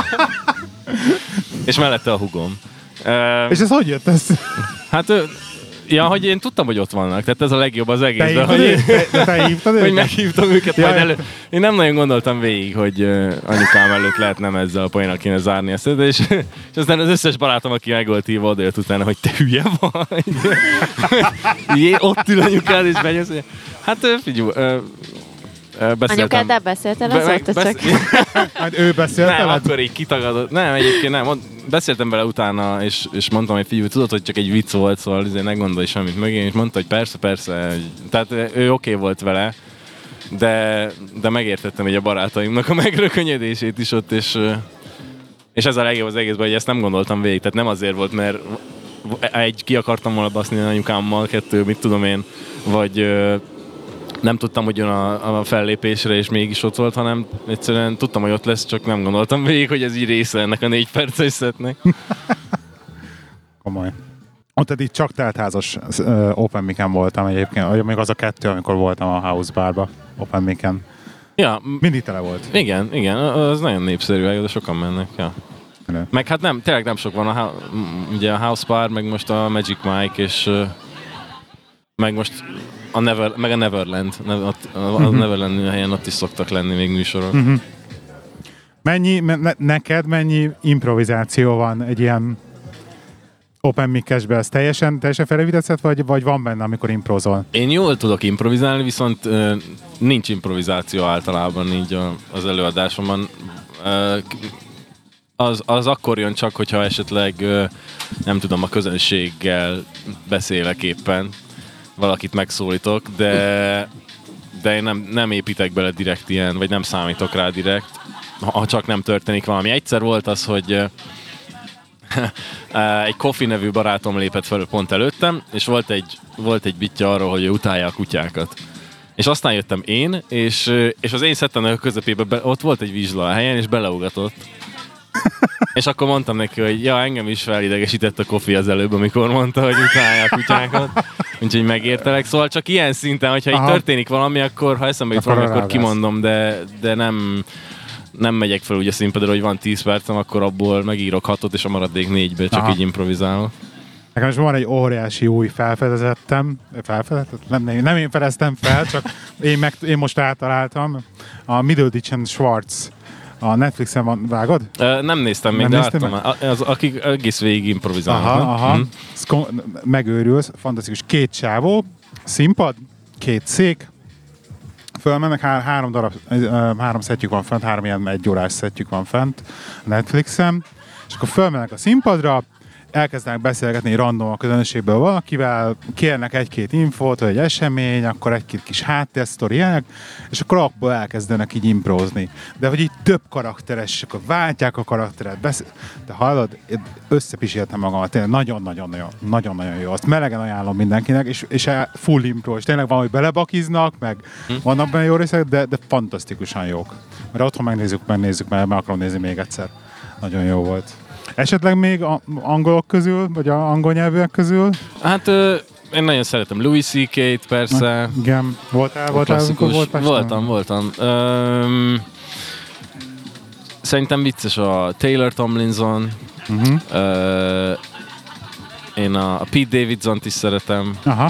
és mellette a hugom. Uh, és ez hogy jött ez? Hát, ja, hogy én tudtam, hogy ott vannak, tehát ez a legjobb az egészben. Te hívtad őket? Te, te hívtad őket? Hogy meghívtam őket majd elő. Én nem nagyon gondoltam végig, hogy uh, anyukám előtt lehet nem ezzel a poénnal kéne zárni ezt, és, és aztán az összes barátom, aki meg volt hívva, odajött utána, hogy te hülye vagy. Jé, ott ül anyukád, és benyősz. Hát figyelj, uh, Anyukáddal beszéltél azóta be, csak? Hát ő beszélt Nem, veled? akkor így kitagadott. Nem, egyébként nem. Beszéltem vele utána, és, és mondtam, hogy figyelj, tudod, hogy csak egy vicc volt, szóval azért ne gondolj semmit mögé, és mondta, hogy persze, persze. Tehát ő oké okay volt vele, de, de megértettem egy a barátaimnak a megrökönyödését is ott, és, és ez a legjobb az egészben, hogy ezt nem gondoltam végig. Tehát nem azért volt, mert egy, ki akartam volna baszni anyukámmal, kettő, mit tudom én, vagy nem tudtam, hogy jön a, a fellépésre, és mégis ott volt, hanem egyszerűen tudtam, hogy ott lesz, csak nem gondoltam végig, hogy ez így része ennek a négy perces szetnek. Komoly. Ott eddig csak teltházas uh, open mic-en voltam egyébként, még az a kettő, amikor voltam a House Barba open mic-en. Ja. Mindig tele volt. Igen, igen, az nagyon népszerű, de sokan mennek, ja. De. Meg hát nem, tényleg nem sok van, a, ugye a House Bar, meg most a Magic Mike, és uh, meg most a Never, meg a Neverland, a, a uh-huh. Neverland helyen ott is szoktak lenni még műsorok. Uh-huh. Mennyi, ne, neked mennyi improvizáció van egy ilyen open mic-esben? Ez teljesen, teljesen felépített, vagy, vagy van benne, amikor improvizol? Én jól tudok improvizálni, viszont uh, nincs improvizáció általában így a, az előadásomban. Uh, az, az akkor jön csak, hogyha esetleg uh, nem tudom, a közönséggel beszélek éppen, valakit megszólítok, de, de én nem, nem építek bele direkt ilyen, vagy nem számítok rá direkt, ha csak nem történik valami. Egyszer volt az, hogy egy Kofi nevű barátom lépett fel pont előttem, és volt egy, volt egy bitja arról, hogy ő utálja a kutyákat. És aztán jöttem én, és, és az én szettemnek a közepében be, ott volt egy vizsla a helyen, és beleugatott. És akkor mondtam neki, hogy ja, engem is felidegesített a Kofi az előbb, amikor mondta, hogy utálja a kutyákat. Úgyhogy megértelek. Szóval csak ilyen szinten, hogyha így történik valami, akkor ha eszembe jut valami, akkor kimondom, de, de nem, nem megyek fel úgy a színpadra, hogy van tíz percem, akkor abból megírok hatot, és a maradék négybe csak Aha. így improvizálok. Nekem is van egy óriási új felfedezettem. Felfedezett? Nem, nem én fedeztem fel, csak én, meg, én most általáltam. A Middleditch and Schwartz. A Netflixen van, vágod? Uh, nem néztem még, nem de láttam. Az, akik egész végig improvizálnak. Aha, aha. Mm. Megőrülsz, fantasztikus. Két csávó, színpad, két szék, fölmennek, há- három darab, három szettjük van fent, három ilyen egy órás szettjük van fent a Netflixen, és akkor fölmennek a színpadra, elkezdenek beszélgetni random a közönségből valakivel, kérnek egy-két infót, vagy egy esemény, akkor egy-két kis háttérsztori ilyenek, és akkor abból elkezdenek így improzni. De hogy így több karakteres, és akkor váltják a karakteret, beszél... de hallod, összepiséltem magamat, tényleg nagyon-nagyon-nagyon nagyon-nagyon jó. Azt melegen ajánlom mindenkinek, és, és full impro, és tényleg van, hogy belebakiznak, meg hm. vannak benne jó részek, de, de fantasztikusan jók. Mert otthon megnézzük, megnézzük, mert meg akarom nézni még egyszer. Nagyon jó volt. Esetleg még angolok közül, vagy a angol nyelvűek közül? Hát ö, én nagyon szeretem Louis cé ká-t, persze. Na, igen. Voltál, voltál, amikor volt Pesten? Voltam, voltam. Ö, szerintem vicces a Taylor Tomlinson. Uh-huh. Ö, én a, a Pete Davidsont is szeretem. Aha.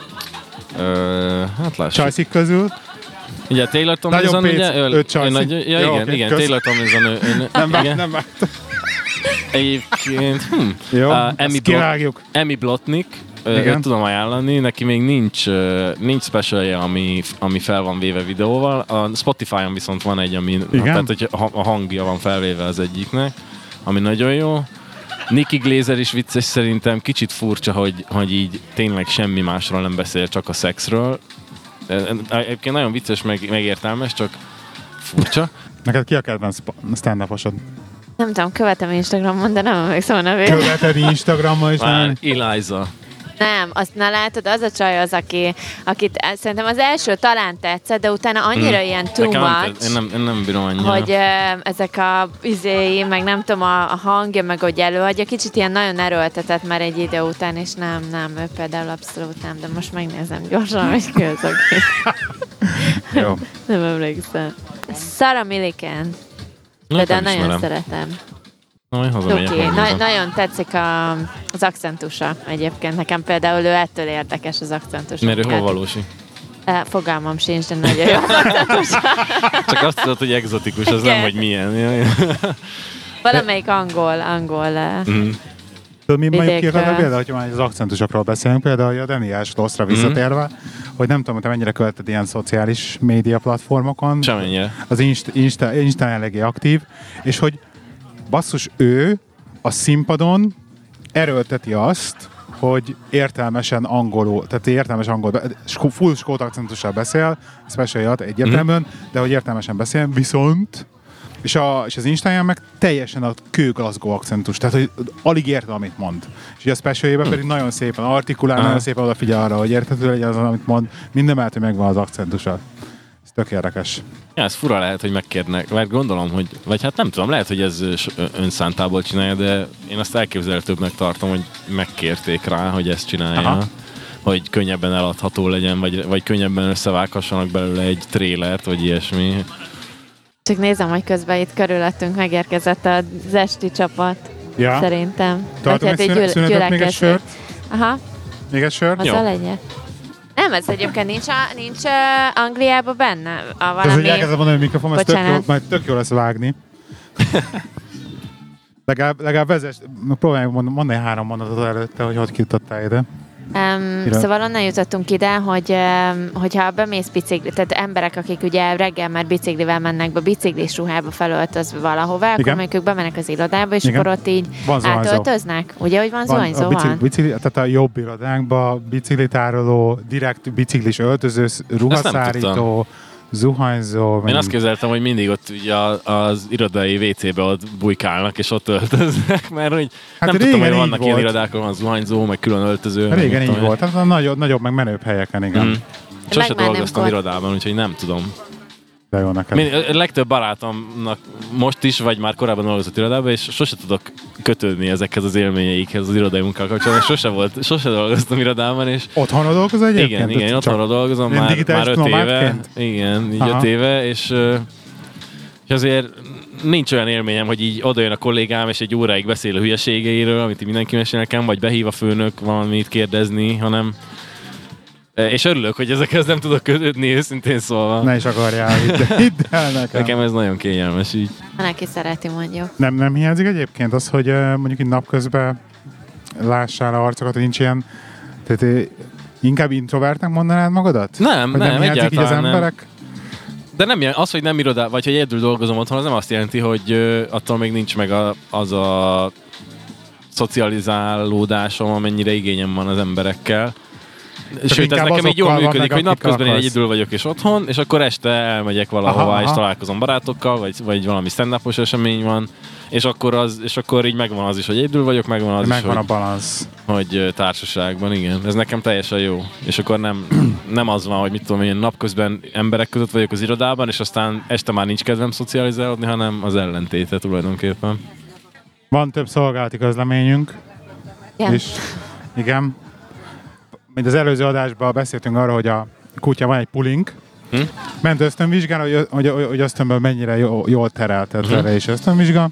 Ö, hát lássuk. Csajszik közül? Ugye Taylor Tomlinson, nagyon ugye? Ő, ő Csajszik. Nagy, ja, jó, igen, okay, igen, kösz. Taylor Tomlinson. Ő, ő, nem igen. nem vágtam. Egyébként, hm. Jó, uh, Emmy, Blot, Emmy Blotnick, uh, tudom ajánlani, neki még nincs, uh, nincs specialje, ami, ami fel van véve videóval. A Spotify-on viszont van egy, ami, tehát, hogy a hangja van felvéve az egyiknek, ami nagyon jó. Nikki Glaser is vicces szerintem, kicsit furcsa, hogy, hogy így tényleg semmi másról nem beszél, csak a szexről. Egyébként nagyon vicces, meg, megértelmes, csak furcsa. Neked ki a kedvenc stand-uposod? Nem tudom, követem Instagramon, de nem emlékszem a nevét. Követed Instagramon is? Nem? Eliza. Nem, azt na látod, az a csaj az, aki, akit szerintem az első talán tetszett, de utána annyira mm. ilyen too much, én nem, én nem bírom annyira. hogy uh, ezek a izéi, meg nem tudom, a, a hangja, meg hogy előadja, kicsit ilyen nagyon erőltetett már egy idő után, és nem, nem, ő például abszolút nem, de most megnézem gyorsan, hogy ki az, aki. Jó. Nem emlékszem. Sarah Millican. De, de nagyon ismerem. Szeretem. Okay. Na, nagyon tetszik a, az akcentusa egyébként. Nekem például ő ettől érdekes az akcentus. Mert ő hol valósi? Fogalmam sincs, de nagyon jó az akcentusa. Csak azt tudod, hogy egzotikus, az igen. Nem, hogy milyen. Valamelyik angol, angol. Mm. Tudod, mi mondjuk kiadod például, hogyha már az akcentusokról beszélünk, például a Daniels Loszra visszatérve, mm-hmm. hogy nem tudom, hogy te mennyire követed ilyen szociális média platformokon. Semmennyire. Az Insta, Insta, Insta eléggé aktív, és hogy basszus, ő a színpadon erőlteti azt, hogy értelmesen angolul, tehát értelmes angol, full skót akcentussal beszél, special egyértelműen, mm. de hogy értelmesen beszél, viszont és, a, és az Instáján meg teljesen a kő Glasgow akcentus, tehát hogy alig érted, amit mond. És a specialjében mm. pedig nagyon szépen artikulál, uh-huh. nagyon szépen odafigyel arra, hogy érthető legyen az, amit mond, minden mellett, hogy megvan az akcentusa. Ez tök érdekes. Ja, ez fura lehet, hogy megkérnek, mert gondolom, hogy, vagy hát nem tudom, lehet, hogy ez önszántából csinálja, de én azt elképzelhetőbbnek tartom, hogy megkérték rá, hogy ezt csinálja. Aha. Hogy könnyebben eladható legyen, vagy, vagy könnyebben összevághassanak belőle egy trélert, vagy ilyesmi. Csak nézem, hogy közben itt körülöttünk megérkezett az esti csapat. Ja. Szerintem. Tartom egy hát szünet, szünetet, még egy sört? Aha. Még egy sört? Azzal legyen. Nem, ez egyébként nincs, a, nincs uh, Angliában benne a valami... Ez, hogy elkezdem mondani, hogy mikrofon, ez tök jó, majd tök jó lesz vágni. legalább, legalább vezess, próbáljuk mondani három mondatot előtte, hogy hogy kijutottál ide. Um, szóval onnan jutottunk ide, hogy um, hogyha bemész bicikli, tehát emberek, akik ugye reggel már biciklivel mennek be, biciklis ruhába felöltözve valahová, igen. akkor mondjuk ők bemennek az irodába, és igen. akkor ott így átöltöznek. Ugye, hogy van, van zuhanyzó? Van, bicikli, tehát a jobb irodánkba biciklitároló, direkt biciklis öltöző, ruhaszárító, zuhanyzó. Én azt képzeltem, hogy mindig ott ugye az irodai vé cébe ott bujkálnak, és ott öltöznek, mert hogy hát nem tudtam, hogy vannak volt. Ilyen irodákon, van zuhanyzó, meg külön öltöző. Régen így volt, tehát a nagyobb, nagyobb, meg menőbb helyeken, igen. Mm. Sose dolgoztam irodában, úgyhogy nem tudom. De jó neked. Mind, a legtöbb barátomnak most is, vagy már korábban dolgozott irodában, és sose tudok kötődni ezekhez az élményeikhez az irodai munkával kapcsolatban. Sose volt, sose dolgoztam irodában, és... Otthonról dolgozol egyébként? Igen, igen, én otthonról dolgozom már, már öt éve. Igen, így Aha. öt éve, és, és azért nincs olyan élményem, hogy így odajön a kollégám, és egy óráig beszél a hülyeségeiről, amit mindenki mesél nekem, vagy behív a főnök valamit kérdezni, hanem és örülök, hogy ezekhez nem tudok kötődni, őszintén szólva. Ne is akarjál, hidd el nekem. Nekem ez nagyon kényelmes így. Neki szereti, mondjuk. Nem, nem hiányzik egyébként az, hogy mondjuk így napközben lássál a arcokat, hogy nincs ilyen, tehát inkább introvertnek mondanád magadat? Nem, hogy nem, nem hiányzik így az emberek? Nem. De nem az, hogy nem irodá, vagy hogy egyedül dolgozom otthon, az nem azt jelenti, hogy attól még nincs meg a, az a szocializálódásom, amennyire igényem van az emberekkel. Csak sőt, ez nekem így jól működik, hogy napközben én egyedül vagyok és otthon, és akkor este elmegyek valahová, aha, és aha. találkozom barátokkal, vagy, vagy valami stand-upos esemény van, és akkor, az, és akkor így megvan az is, hogy egyedül vagyok, megvan az megvan is, a balansz. Hogy, hogy társaságban, igen. Ez nekem teljesen jó. És akkor nem, nem az van, hogy mit tudom én, napközben emberek között vagyok az irodában, és aztán este már nincs kedvem szocializálódni, hanem az ellentéte tulajdonképpen. Van több szolgálati közleményünk. Igen. És igen. Mint az előző adásban beszéltünk arra, hogy a kutya van egy pulink. Hm? Ment ösztönvizsgán, hogy, hogy, hogy ösztönből mennyire jó, jól terelt, hm? erre is ösztönvizsga.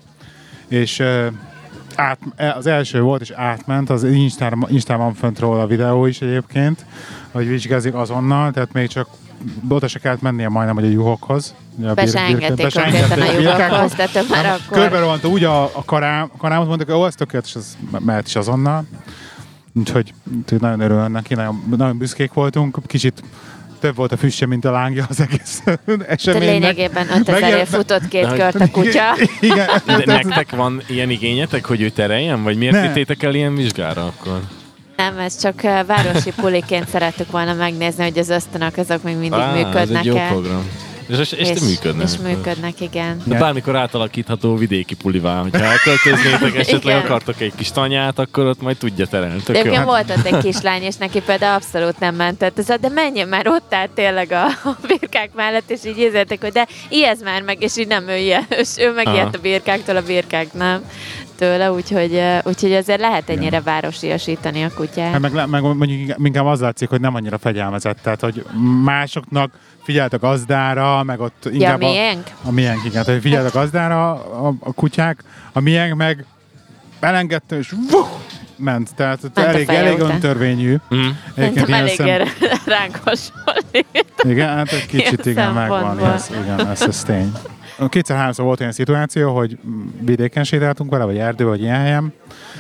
És uh, át, az első volt, és átment, az Instán, Instán van fönt róla a videó is egyébként, hogy vizsgázik azonnal, tehát még csak oda se kellett mennie majdnem, hogy a juhokhoz. Be se engedték konkrétan a juhokhoz, de több már akkor... Körberohant úgy a, a karám, karámot, mondták, hogy ó, ez tökéletes, az mehet is azonnal. Úgyhogy nagyon örülök neki, nagyon, nagyon büszkék voltunk, kicsit több volt a füstje, mint a lángja az egész eseménynek. De lényegében ötezerért futott két kört a kutya. Igen. De nektek van ilyen igényetek, hogy ő tereljen? Vagy miért vittétek el ilyen vizsgára akkor? Nem, ez csak városi puliként szerettük volna megnézni, hogy az ösztönök azok még mindig Á, működnek-e. Ez egy jó program. És, és, és, és működnek. És működnek, igen. De bármikor átalakítható vidéki pulivá, hogyha elköltöznétek, esetleg akartok egy kis tanyát, akkor ott majd tudja terelni. De egyébként volt ott egy kislány, és neki például abszolút nem mentett. Ez, de menjen már ott át tényleg a, a birkák mellett, és így érzettek, hogy de ijesz már meg, és így nem ő ilyen. És ő megijedt a birkáktól, a birkák nem tőle, úgyhogy, úgyhogy ezért lehet ennyire városiasítani a kutyát. Hát meg, meg mondjuk inkább az látszik, hogy nem annyira fegyelmezett, tehát hogy másoknak figyelt a gazdára, meg ott inkább ja, a miénk? A, a miénk, igen, tehát figyelt a gazdára a, a kutyák, a miénk meg elengedte, és vuh, ment, tehát ment elég, elég öntörvényű. Mm. Szerintem elég szem... ránk hasonlít. Igen, hát egy kicsit igen, megvan, ez, igen, ez, ez tény. Kétszer-háromszor volt olyan szituáció, hogy vidéken sétáltunk vele, vagy erdőben, vagy ilyen helyen,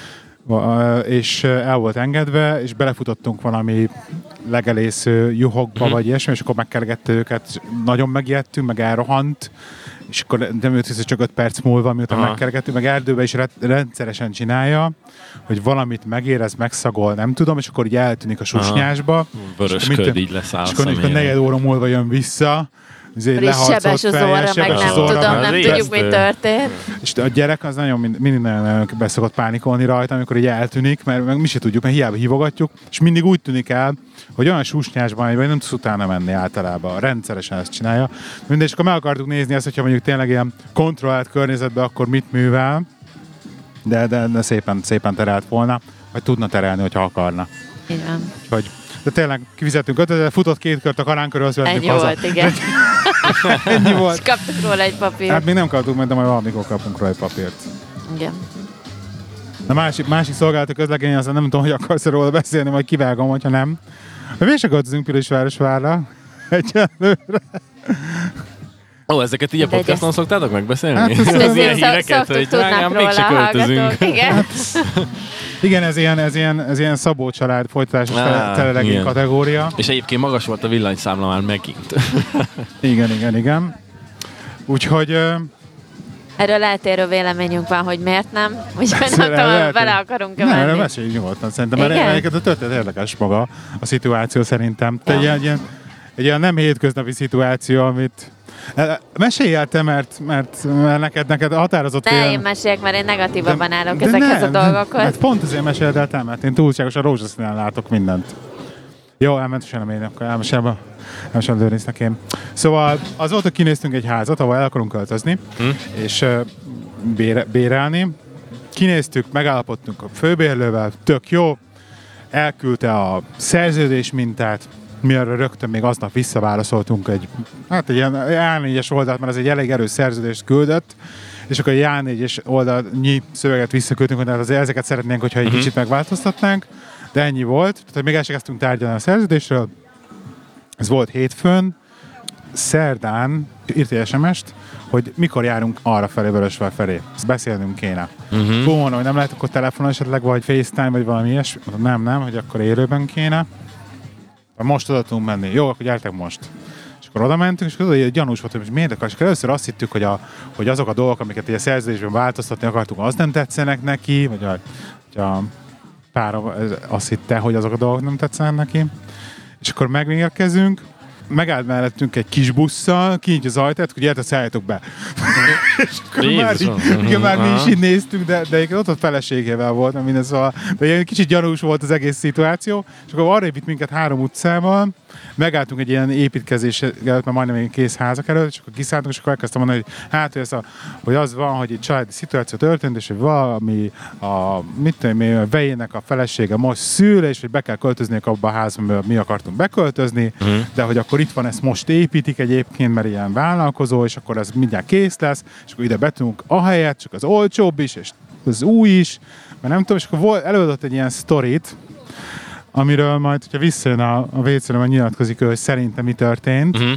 és el volt engedve, és belefutottunk valami legelésző juhokba, uh-huh. vagy ilyesmi, és akkor megkergette őket, nagyon megijedtünk, meg elrohant, és akkor nem jött vissza csak öt perc múlva, miután uh-huh. megkergettünk, meg erdőbe is rendszeresen csinálja, hogy valamit megérez, megszagol, nem tudom, és akkor így eltűnik a susnyásba. Uh-huh. Vörös köd így leszáll. És akkor negyed óra múlva jön vissza, sebes az óra, meg nem tudom, nem tudjuk, mi történt. És a gyerek az nagyon mind, mindig nagyon beszokott pánikolni rajta, amikor így eltűnik, mert meg mi se tudjuk, mert hiába hívogatjuk, és mindig úgy tűnik el, hogy olyan susnyásban, hogy nem tudsz utána menni általában. Rendszeresen ezt csinálja. Mindegy, és akkor meg akartuk nézni ezt, hogyha mondjuk tényleg ilyen kontrollált környezetben, akkor mit művel, de, de, de szépen, szépen terelt volna, vagy tudna terelni, hogyha akarna. Igen. Hogy, de tényleg kifizettünk ötezer, futott két kört a karán körül, azt vettük haza. Ennyi volt, igen. Ennyi volt. És kaptuk róla egy papírt. Hát még nem kaptuk meg, de majd valamikor kapunk róla egy papírt. Igen. A másik, másik szolgálati közlemény, aztán nem tudom, hogy akarsz róla beszélni, majd kivágom, hogyha nem. De miért se költözünk Pilisvárosvárra? Egyelőre. Ó, ezeket így a podcaston ezt... szoktátok megbeszélni? Hát, ez az ilyen híreket, hogy drágám, mégse költözünk. Igen. Hát, igen, ez ilyen, ez ilyen, ez ilyen Szabó család folytatásos ah, telelegény kategória. És egyébként magas volt a villanyszámla már megint. igen, igen, igen. Úgyhogy... Erről eltérő véleményünk van, hogy miért nem. Úgyhogy nem tudom, hogy bele akarunk-e menni. Nem, erről beszéljünk nyugodtan. Szerintem, mert egyébként a történet érdekes maga a szituáció szerintem. Ja. Egy, ilyen, egy ilyen nem hétköznapi szituáció, amit... Mesélj el te, mert, mert, mert neked, neked határozott... Ne, én meséljek, mert én negatívabban de, állok de ezekhez nem, a dolgokhoz. Hát pont azért meséld el te, mert én túlságosan rózsaszínen látok mindent. Jó, elmentősen én, akkor elmesélve. Elmesélve lőnéznek én. Szóval azóta kinéztünk egy házat, ahol el akarunk költözni, hm? és uh, bére, bérelni. Kinéztük, megállapodtunk a főbérlővel, tök jó. Elküldte a szerződés mintát, mi arra rögtön még aznap visszaválaszoltunk egy, hát egy ilyen á négyes oldalt, mert ez egy elég erős szerződést küldött, és akkor egy á négyes oldalnyi szöveget visszaküldtünk, hogy azért ezeket szeretnénk, hogyha egy uh-huh. kicsit megváltoztatnánk, de ennyi volt. Tehát még el sem kezdtünk tárgyalni a szerződésről. Ez volt hétfőn, szerdán írt egy es em est, hogy mikor járunk arra felé, Vörösvár felé. Ezt beszélnünk kéne. Uh-huh. Fú, mondom, hogy nem lehet akkor telefonon esetleg, vagy FaceTime, vagy valami ilyesmi. Nem, nem, hogy akkor élőben kéne. Most oda tudunk menni. Jó, akkor gyertek most. És akkor oda mentünk, és akkor gyanús volt, hogy miért akar. És először azt hittük, hogy, a, hogy azok a dolgok, amiket a szerződésben változtatni akartunk, az nem tetszenek neki, vagy a, a pár azt hitte, hogy azok a dolgok nem tetszenek neki. És akkor megérkezünk, megállt mellettünk egy kis busszal, kinyitja az ajtát, hogy gyertek, szálljatok be. És akkor már, így, igen, már mi is így néztünk, de, de ott a feleségével volt, nem minden, szóval, de ilyen kicsit gyanús volt az egész szituáció, és akkor arra épít minket három utcával, megálltunk egy ilyen építkezés előtt, mert majdnem egy kész házak előtt, és akkor kiszálltunk, és akkor elkezdtem mondani, hogy hát, hogy, ez a, hogy az van, hogy egy családi szituáció történt, és hogy valami a, mit tudom én, a vejének a felesége most szül, és hogy be kell költözniük abba a házba, amiben mi akartunk beköltözni, uh-huh. de hogy akkor itt van, ezt most építik egyébként, mert ilyen vállalkozó, és akkor ez mindjárt kész lesz, és akkor ide betudunk ahelyett, csak az olcsóbb is, és az új is, mert nem tudom, és akkor volt, előadott egy ilyen sztorit, amiről majd, hogyha visszajön a, a vécére, nyilatkozik ő, hogy szerintem mi történt. Uh-huh.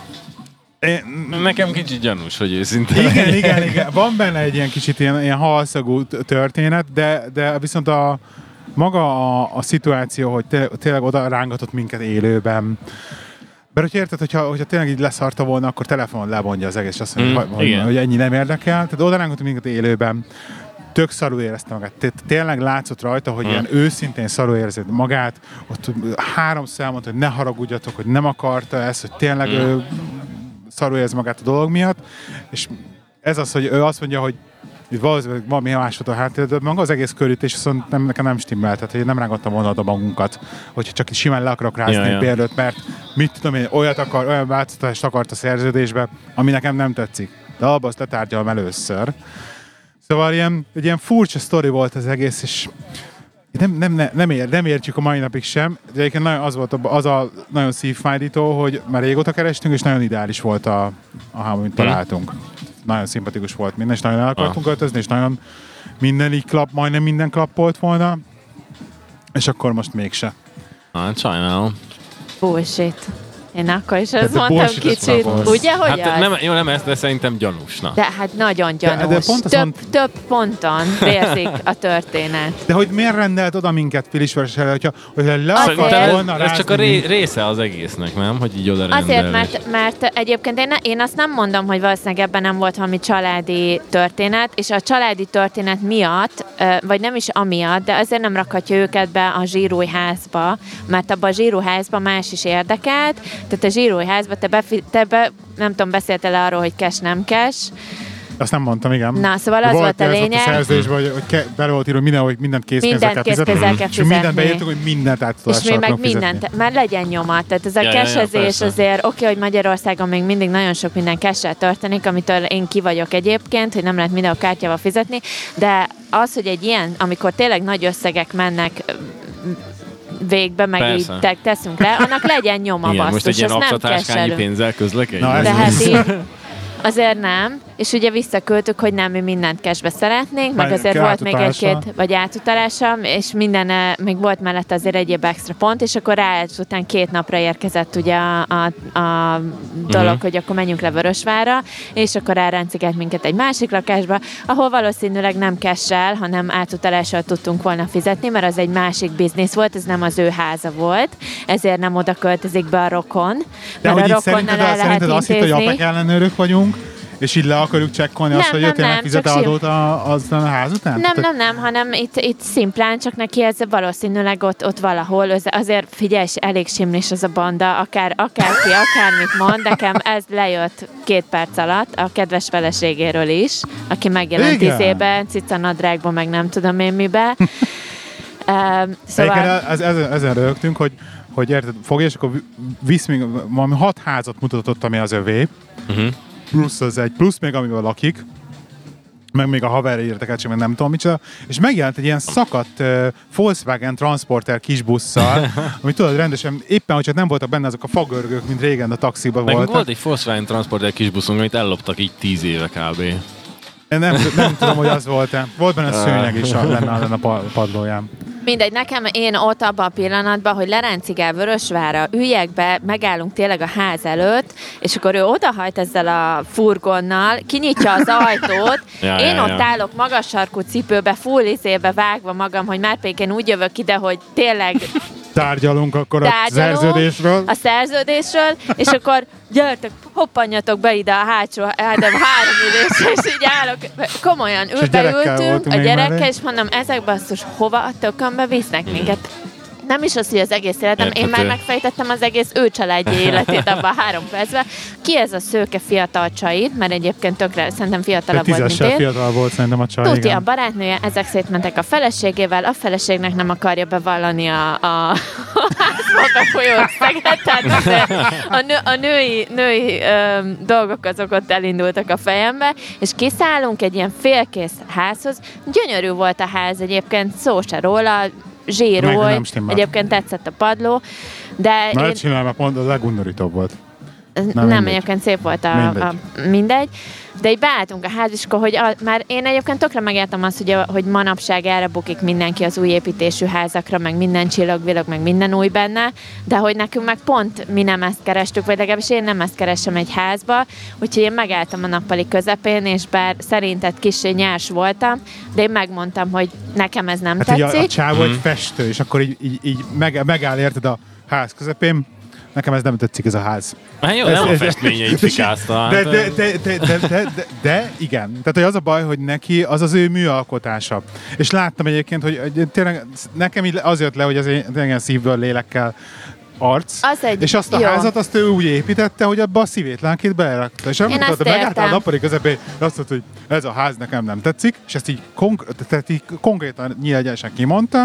Én, Nekem kicsit gyanús, hogy őszintén. Igen, igen, igen. Van benne egy ilyen kicsit ilyen, ilyen halszagú történet, de, de viszont a maga a, a szituáció, hogy té- tényleg oda rángatott minket élőben. Mert hogyha érted, hogyha, hogyha tényleg így leszarta volna, akkor telefonon lemondja az egész, azt mondja, mm, hogy, hogy ennyi nem érdekel. Tehát oda rángatott minket élőben. Tök szarul érezte magát. Té- tényleg látszott rajta, hogy mm. ilyen őszintén szarul érzi magát. Ott háromszor elmondta, hogy ne haragudjatok, hogy nem akarta ezt, hogy tényleg mm. ő szarul érzi magát a dolog miatt. És ez az, hogy ő azt mondja, hogy valószínűleg valami más volt a háttérben, de maga az egész körítés, szóval nem, nekem nem stimmelt, tehát hogy nem rángattam volna a magunkat, hogyha csak simán le akarok rázni ja, egy ja. bérlőt, mert mit tudom én, olyat akar, olyan változtatást akart a szerződésbe, ami nekem nem tetszik. De abban azt letárgyalom először. Szóval ilyen, egy ilyen furcsa sztori volt az egész, és nem, nem, nem, nem, ér, nem értjük a mai napig sem, de egyébként nagyon az volt az a nagyon szívfájdító, hogy már régóta kerestünk, és nagyon ideális volt a, a három, amit találtunk. Nagyon szimpatikus volt minden, és nagyon el akartunk ah. költözni, és nagyon minden így klap, majdnem minden klappolt volna, és akkor most mégse. Hát sajnálom. Bullshit. Én akkor is azt mondtam kicsit. Ugye, hogy hát nem, jó, nem ezt, de szerintem gyanús. Na. De hát nagyon gyanús. De, de pont több, mond... több ponton vérzik a történet. De hogy miért rendelt oda minket Pilisvárosra, hogyha, hogyha le akart volna rázni? Ez csak a ré- része az egésznek, nem? Hogy így oda rendelés. Azért, mert, mert egyébként én, én azt nem mondom, hogy valószínűleg ebben nem volt valami családi történet, és a családi történet miatt, vagy nem is amiatt, de azért nem rakhatja őket be a zsírólyházba, mert abban a zsírólyházban más is érdekelt. Tehát a zsírólyházban te, befi- te be, nem tudom, beszéltél arról, hogy cash nem cash. Azt nem mondtam, igen. Na, szóval az volt, volt a lényeg. A szerződésben, hogy, hogy ke- bele volt írva, hogy minden, hogy mindent készpénzzel kell fizetni. Kell fizetni. És mindent beírtuk, hogy mindent át tudod És mi meg mindent, már legyen nyomat. Tehát ez a ja, cashezés ja, ja, azért, oké, okay, hogy Magyarországon még mindig nagyon sok minden cash-sel történik, amitől én ki vagyok egyébként, hogy nem lehet minden a kártyával fizetni, de az, hogy egy ilyen, amikor tényleg nagy összegek mennek végbe, meg Persze. így teszünk le, annak legyen nyoma. Igen, basszus, most egy ilyen apsatáskányi pénzzel közlekedj. De hát így, azért nem. És ugye visszaköltük, hogy nem, mi mindent cashbe szeretnénk, meg azért volt még egy-két, vagy átutalása, és minden, még volt mellett azért egyéb extra pont, és akkor rá után két napra érkezett ugye a, a, a dolog, uh-huh. hogy akkor menjünk le Vörösvárra, és akkor elrencigált minket egy másik lakásba, ahol valószínűleg nem cash-sel, hanem átutalással tudtunk volna fizetni, mert az egy másik biznisz volt, ez nem az ő háza volt, ezért nem oda költözik be a rokon, de mert a rokonnal el lehet intézni. Azt hitt, hogy apek ellenőrök vagyunk, és így le akarjuk csekkolni azt, hogy jöttél meg fizet adót a, az a ház után? Nem, nem, nem, hanem itt, itt szimplán, csak neki ez valószínűleg ott, ott valahol, azért figyelj, elég simlis az a banda, akár, akárki, akármit mond, nekem ez lejött két perc alatt, a kedves feleségéről is, aki megjelent tízében, cicanadrágban, meg nem tudom én mibe. um, szóval... Ez, ez, ezen rögtünk, hogy, hogy érted, fogja, és akkor visz még valami hat házat mutatott, ami az övé, uh-huh. plusz az egy, plusz még amivel lakik, meg még a haverre értek meg nem tudom micsoda, és megjelent egy ilyen szakadt uh, Volkswagen Transporter kisbusszal, ami tudod rendesen, éppen, hogyha nem voltak benne azok a fagörgők, mint régen a taxiban meg voltak. Volt egy Volkswagen Transporter kisbuszunk, amit elloptak így tíz éve kb. Én nem, nem tudom, hogy az volt-e. Volt benne szőnyeg is lenne a padlóján. Mindegy, nekem én ott abban a pillanatban, hogy leráncigál Vörösvárra, üljek be, megállunk tényleg a ház előtt, és akkor ő odahajt ezzel a furgonnal, kinyitja az ajtót, ja, én ja, ott ja. állok magas sarkú cipőbe, full izébe vágva magam, hogy már pedig én úgy jövök ide, hogy tényleg tárgyalunk akkor a szerződésről. A szerződésről, és akkor gyertek, hoppanjatok be ide a hátsó, Ádám három ülésre, és így állok. Komolyan, ül, beültünk a gyerekkel, és mondom, ezek basszus, hova a tökönbe visznek minket? Nem is az, hogy az egész életem, Érthető. Én már megfejtettem az egész ő családja életét abban a három percben. Ki ez a szőke fiatal csai, mert egyébként tökre szerintem fiatalabb volt, mint én. Fiatal volt szerintem a csaj, Tuti, a barátnője, ezek szétmentek a feleségével, a feleségnek nem akarja bevallani a, a házba befolyó összeget, tehát a, nő, a női, női ö, dolgok azok ott elindultak a fejembe, és kiszállunk egy ilyen félkész házhoz. Gyönyörű volt a ház egyébként, szó se róla, zsíroly, egyébként tetszett a padló, de Na, én... csinálom, mert pont a legundorítóbb volt. Na, nem, egyébként szép volt a mindegy. a mindegy. De így beálltunk a házba, és akkor, hogy a, már én egyébként tökre megértem azt, hogy, hogy manapság erre bukik mindenki az új építésű házakra, meg minden csillagvillag, meg minden új benne, de hogy nekünk meg pont mi nem ezt kerestük, vagy legalábbis én nem ezt keresem egy házba, úgyhogy én megálltam a nappali közepén, és bár szerinted kissé nyers voltam, de én megmondtam, hogy nekem ez nem hát tetszik. Hát a, a csávó egy festő, és akkor így, így, így meg, megáll érted a ház közepén, nekem ez nem tetszik, ez a ház. Hát jó, ez, nem ez, a festményeit fikázta. De, de, de, de, de, de, de, de igen. Tehát hogy az a baj, hogy neki az az ő műalkotása. És láttam egyébként, hogy tényleg nekem így az jött le, hogy az tényleg szívből, lélekkel arc, az egy, és azt a jó. házat azt ő úgy építette, hogy abba a szívét lánkét belerakta. És elmondta, megálltál a nappali közepén, azt mondta, hogy ez a ház nekem nem tetszik, és ezt így, konkr- tehát így konkrétan nyílegyenesen kimondta.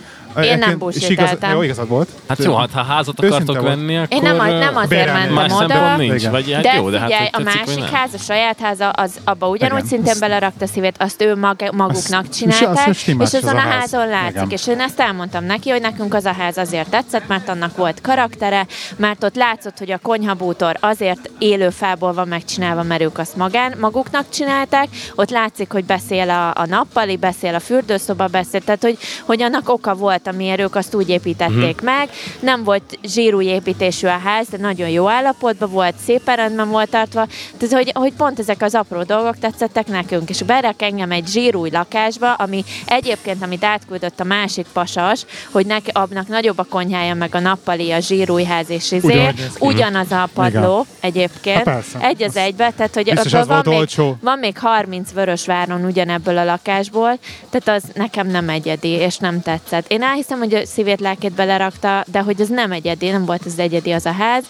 Én nem bullshiteltem. Jó, igazad volt. Hát jó, hát ha házat akartok venni, akkor... Én nem, nem azért mentem oda, nincs, vagy, hát de jó, de figyelj, hát, a másik ház, a saját háza, az abba ugyanúgy Igen. szintén azt... belerakta szívét, azt ő mag, maguknak azt, csinálták, és, és azon a, a házon látszik. Igen. És én ezt elmondtam neki, hogy nekünk az a ház azért tetszett, mert annak volt karaktere, mert ott látszott, hogy a konyhabútor azért élő fából van megcsinálva, mert ők azt magán, maguknak csinálták, ott látszik, hogy beszél a, a nappali, beszél a fürdőszoba, beszél, tehát hogy, hogy annak oka volt volt, amiért ők azt úgy építették uh-huh. meg. Nem volt zsírúj építésű a ház, de nagyon jó állapotban volt, szépen rendben volt tartva. Tehát, hogy, hogy pont ezek az apró dolgok tetszettek nekünk. És berak engem egy zsírúj lakásba, ami egyébként, amit átküldött a másik pasas, hogy neki abnak nagyobb a konyhája, meg a nappali, a zsírújház és izé. Ugyanaz a padló igen. egyébként. Ha, egy az egybe, tehát hogy van még, van még harminc Vörösváron ugyanebből a lakásból, tehát az nekem nem egyedi, és nem tetszett. Én elhiszem, hogy a szívét, lelkét belerakta, de hogy az nem egyedi, nem volt az egyedi az a ház.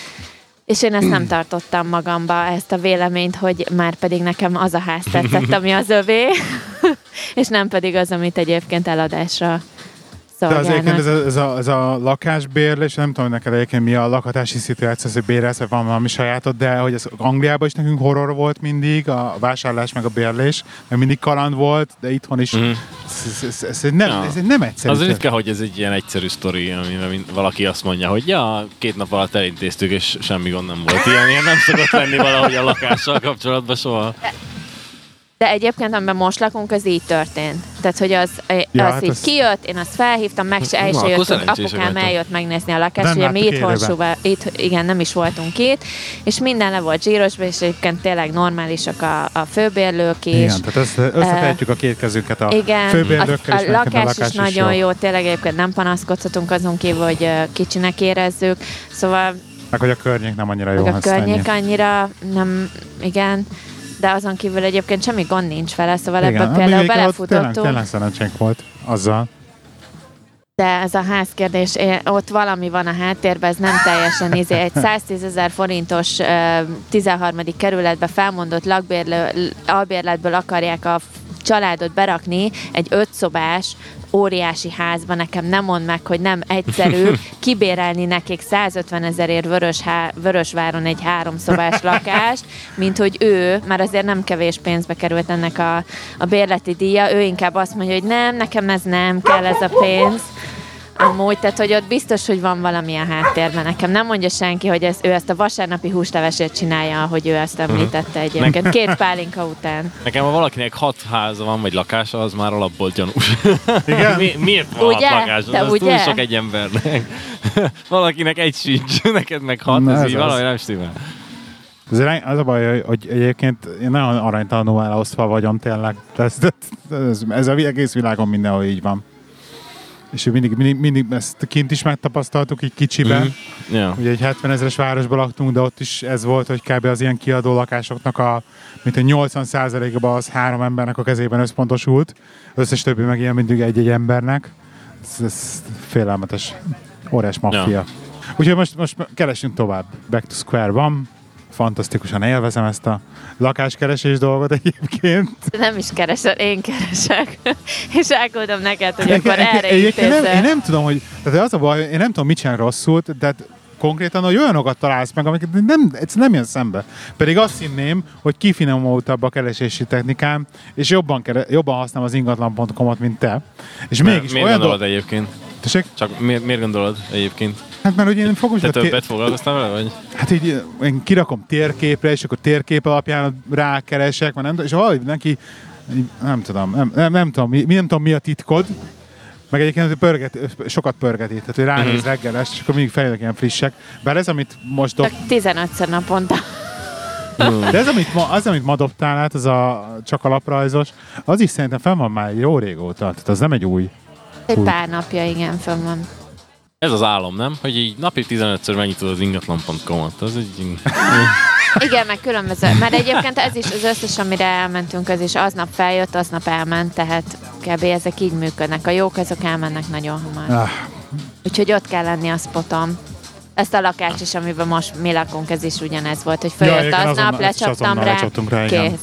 És én ezt nem tartottam magamba, ezt a véleményt, hogy már pedig nekem az a ház tetszett, ami az övé, és nem pedig az, amit egyébként eladásra szolgálnak. De az egyébként ez a, ez, a, ez a lakásbérlés, nem tudom, hogy neked egyébként mi a lakhatási szituáció, hogy bérelsz, vagy van valami sajátod, de hogy ez Angliában is nekünk horror volt mindig, a vásárlás meg a bérlés, meg mindig kaland volt, de itthon is mm. ez, ez, ez, ez, nem, ja. ez nem egyszerű. Az ritka, hogy ez egy ilyen egyszerű sztori, amiben valaki azt mondja, hogy ja, két nap alatt elintéztük, és semmi gond nem volt. Ilyen, ilyen nem szokott lenni valahogy a lakással kapcsolatban soha. De egyébként, amiben most lakunk, az így történt. Tehát, hogy az, ja, az hát így az... kijött, én azt felhívtam, meg se, el se jöttünk, apukám eljött megnézni a lakást, ugye mi itt hosszúval, itt, igen, nem is voltunk itt, és minden le volt zsírosba, és egyébként tényleg normálisak a, a főbérlők is. Igen, tehát össze, összetehetjük uh, a két kezünket a igen, főbérlőkkel a, is. A lakás, a lakás is nagyon jó. jó, tényleg egyébként nem panaszkodhatunk azon kívül, hogy kicsinek érezzük, szóval... Meg hogy a környék nem annyira jó. A környék annyira nem, igen. De azon kívül egyébként semmi gond nincs vele, szóval igen, ebben például belefutottunk. Tényleg, tényleg szerencsénk volt azzal. De ez a házkérdés, ott valami van a háttérben, ez nem teljesen izé. Egy száztízezer forintos tizenharmadik kerületbe felmondott lakbérlő, albérletből akarják a családot berakni egy ötszobás óriási házba, nekem nem mondd meg, hogy nem egyszerű kibérelni nekik százötven ezerért Vörös há- Vörösváron egy háromszobás lakást, mint hogy ő, már azért nem kevés pénzbe került ennek a, a bérleti díja, ő inkább azt mondja, hogy nem, nekem ez nem kell ez a pénz. Amúgy, tehát hogy ott biztos, hogy van valami a háttérben. Nekem nem mondja senki, hogy ez, ő ezt a vasárnapi húslevesét csinálja, ahogy ő ezt említette egyébként. Két pálinka után. Nekem, ha valakinek hat háza van, vagy lakása, az már alapból gyanús. Igen? Mi, miért van ugye? hat lakása? De az ugye? túl sok egy embernek. Valakinek egy sincs, neked meg hat, ez, ez így valahogy nem stimmel. Az a baj, hogy egyébként én nagyon aránytalanul elosztva vagyom tényleg. Ez, ez, ez az egész világon mindenhol így van. És mindig, mindig, mindig ezt kint is megtapasztaltuk így kicsiben. Mm-hmm. Yeah. Ugye egy hetvenezeres városban laktunk, de ott is ez volt, hogy kb. Az ilyen kiadó lakásoknak a mint a nyolcvan százalékban az három embernek a kezében összpontosult. Összes többi meg ilyen mindig egy-egy embernek. Ez, ez félelmetes. Óriás maffia. Yeah. Úgyhogy most, most keresünk tovább. Back to square one. Fantasztikusan élvezem ezt a lakáskeresés dolgot egyébként. Nem is keresel, én keresek. És elküldöm neked, hogy akkor erre intézzel. Én nem tudom, hogy... Tehát az a baj, én nem tudom, mit csinál rosszul, de konkrétan, hogy olyanokat találsz meg, amiket nem, nem jön szembe. Pedig azt hinném, hogy kifinomultabb a keresési technikám, és jobban, kere, jobban használom az ingatlan pont com-ot, mint te. És Mert, mégis miért olyan gondolod do... egyébként? Tessék? Csak miért, miért gondolod egyébként? Hát mert ugye én fogom... Te többet foglalkoztál vele, vagy? Hát így én kirakom térképre, és akkor térkép alapján rákeresek, vagy nem tudom, és valahogy neki, nem tudom, nem, nem, nem tudom, mi, nem tudom mi a titkod, meg egyébként pörget, sokat pörgeti, tehát hogy ránéz uh-huh. reggel este, és akkor mindig feljönnek ilyen frissek. Bár ez, amit most dob... tizenötször naponta. De ez, amit ma, az, amit ma dobtál át, az a csak a laprajzos, az is szerintem fenn van már jó régóta, tehát az nem egy új. Egy új. Pár napja, igen, fenn van. Ez az álom, nem? Hogy így napi tizenötször megnyitod az ingatlan pont com-ot. Az egy... Igen, meg különböző. Mert egyébként ez is, az összes, amire elmentünk, az is aznap feljött, aznap elment, tehát kb. Ezek így működnek. A jók, azok elmennek nagyon hamar. Ah. Úgyhogy ott kell lenni a spoton. Ezt a lakást is, amiben most mi lakunk, ez is ugyanez volt, hogy följött ja, aznap, lecsaptam rá, rá kész.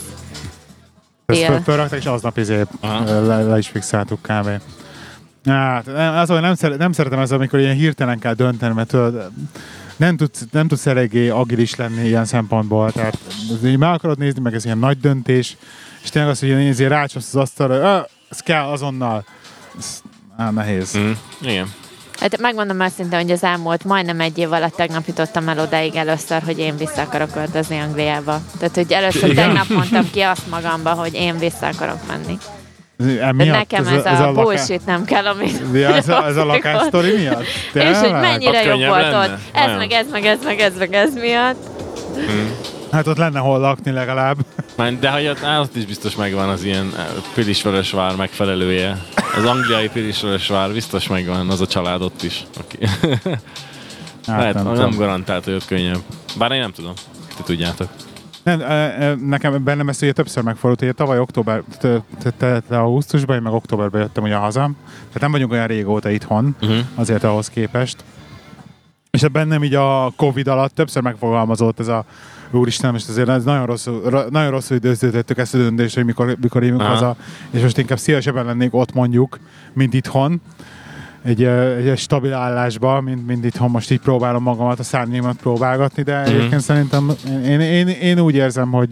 Ezt fölrakták, és aznap izé le, le is fixáltuk kb. Hát, az, hogy nem, szeret, nem szeretem ezt, amikor ilyen hirtelen kell dönteni, mert tudod, nem tudsz, nem tudsz eléggé agilis lenni ilyen szempontból, tehát így meg akarod nézni, meg ez ilyen nagy döntés, és tényleg az, hogy ilyen rácsapsz az asztalra, ez kell azonnal, ez á, nehéz. Mm, igen. Hát megmondom őszintén, hogy az elmúlt majdnem egy év alatt tegnap jutottam el odáig először, hogy én vissza akarok költözni Angliába. Tehát, hogy először igen? Tegnap mondtam ki azt magamba, hogy én vissza akarok menni. Nekem ez, ez, a, ez a bullshit laká... nem kell, amit... Ja, ez, a, ez a lakássztori miatt? Tényleg? És hogy mennyire jobb volt lenne? Ott. Ez meg, ez meg, ez meg, ez meg, ez miatt. Hmm. Hát ott lenne hol lakni legalább. De hogy ott, ott is biztos megvan az ilyen Pilisvörösvár megfelelője. Az angliai Pilisvörösvár biztos megvan, az a család ott is. Okay. Hát, lehet, nem, nem garantált, hogy ott könnyebb. Bár én nem tudom, ti tudjátok. Nem, nekem bennem ezt ugye többször megfordult, hogy tavaly október, augusztusban, én meg októberben jöttem ugye hazam. Tehát nem vagyunk olyan régóta itthon, uh-huh. azért ahhoz képest. És bennem így a Covid alatt többször megfogalmazott ez a úristen, és azért ez nagyon rosszul, nagyon rosszul időzítettük ezt a döntést, hogy mikor, mikor jövünk uh-huh. haza, és most inkább szívesebben lennék ott mondjuk, mint itthon. Egy, egy stabil állásba, mint, mint itthon most így próbálom magamat, a szárnyaimat próbálgatni, de mm-hmm. egyébként szerintem én, én, én úgy érzem, hogy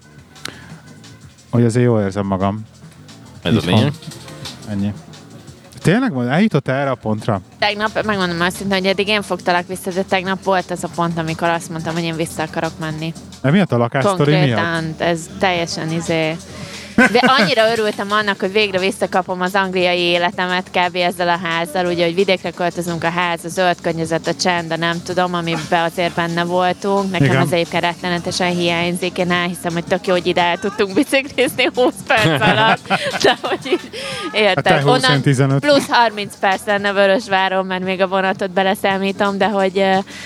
hogy azért jól érzem magam. Ez itthon. A lényeg? Ennyi. Tényleg van? Eljutott erre a pontra? Tegnap, megmondom azt, hogy eddig én fogtalak vissza, de tegnap volt ez a pont, amikor azt mondtam, hogy én vissza akarok menni. De miatt a lakássztori miatt? Konkrétan, ez teljesen izé... De annyira örültem annak, hogy végre visszakapom az angliai életemet kb. Ezzel a házzal, ugye, hogy vidékre költözünk, a ház, a zöld környezet, a csend, de nem tudom, amiben azért benne voltunk. Nekem igen. Az egyébként rettenetesen hiányzik. Én elhiszem, hogy tök jó, hogy ide el tudtunk biciklizni húsz perc alatt. De hogy így, érted? Hát onnan tizenöt plusz harminc perc lenne Vörösváron, mert még a vonatot beleszámítom, de hogy...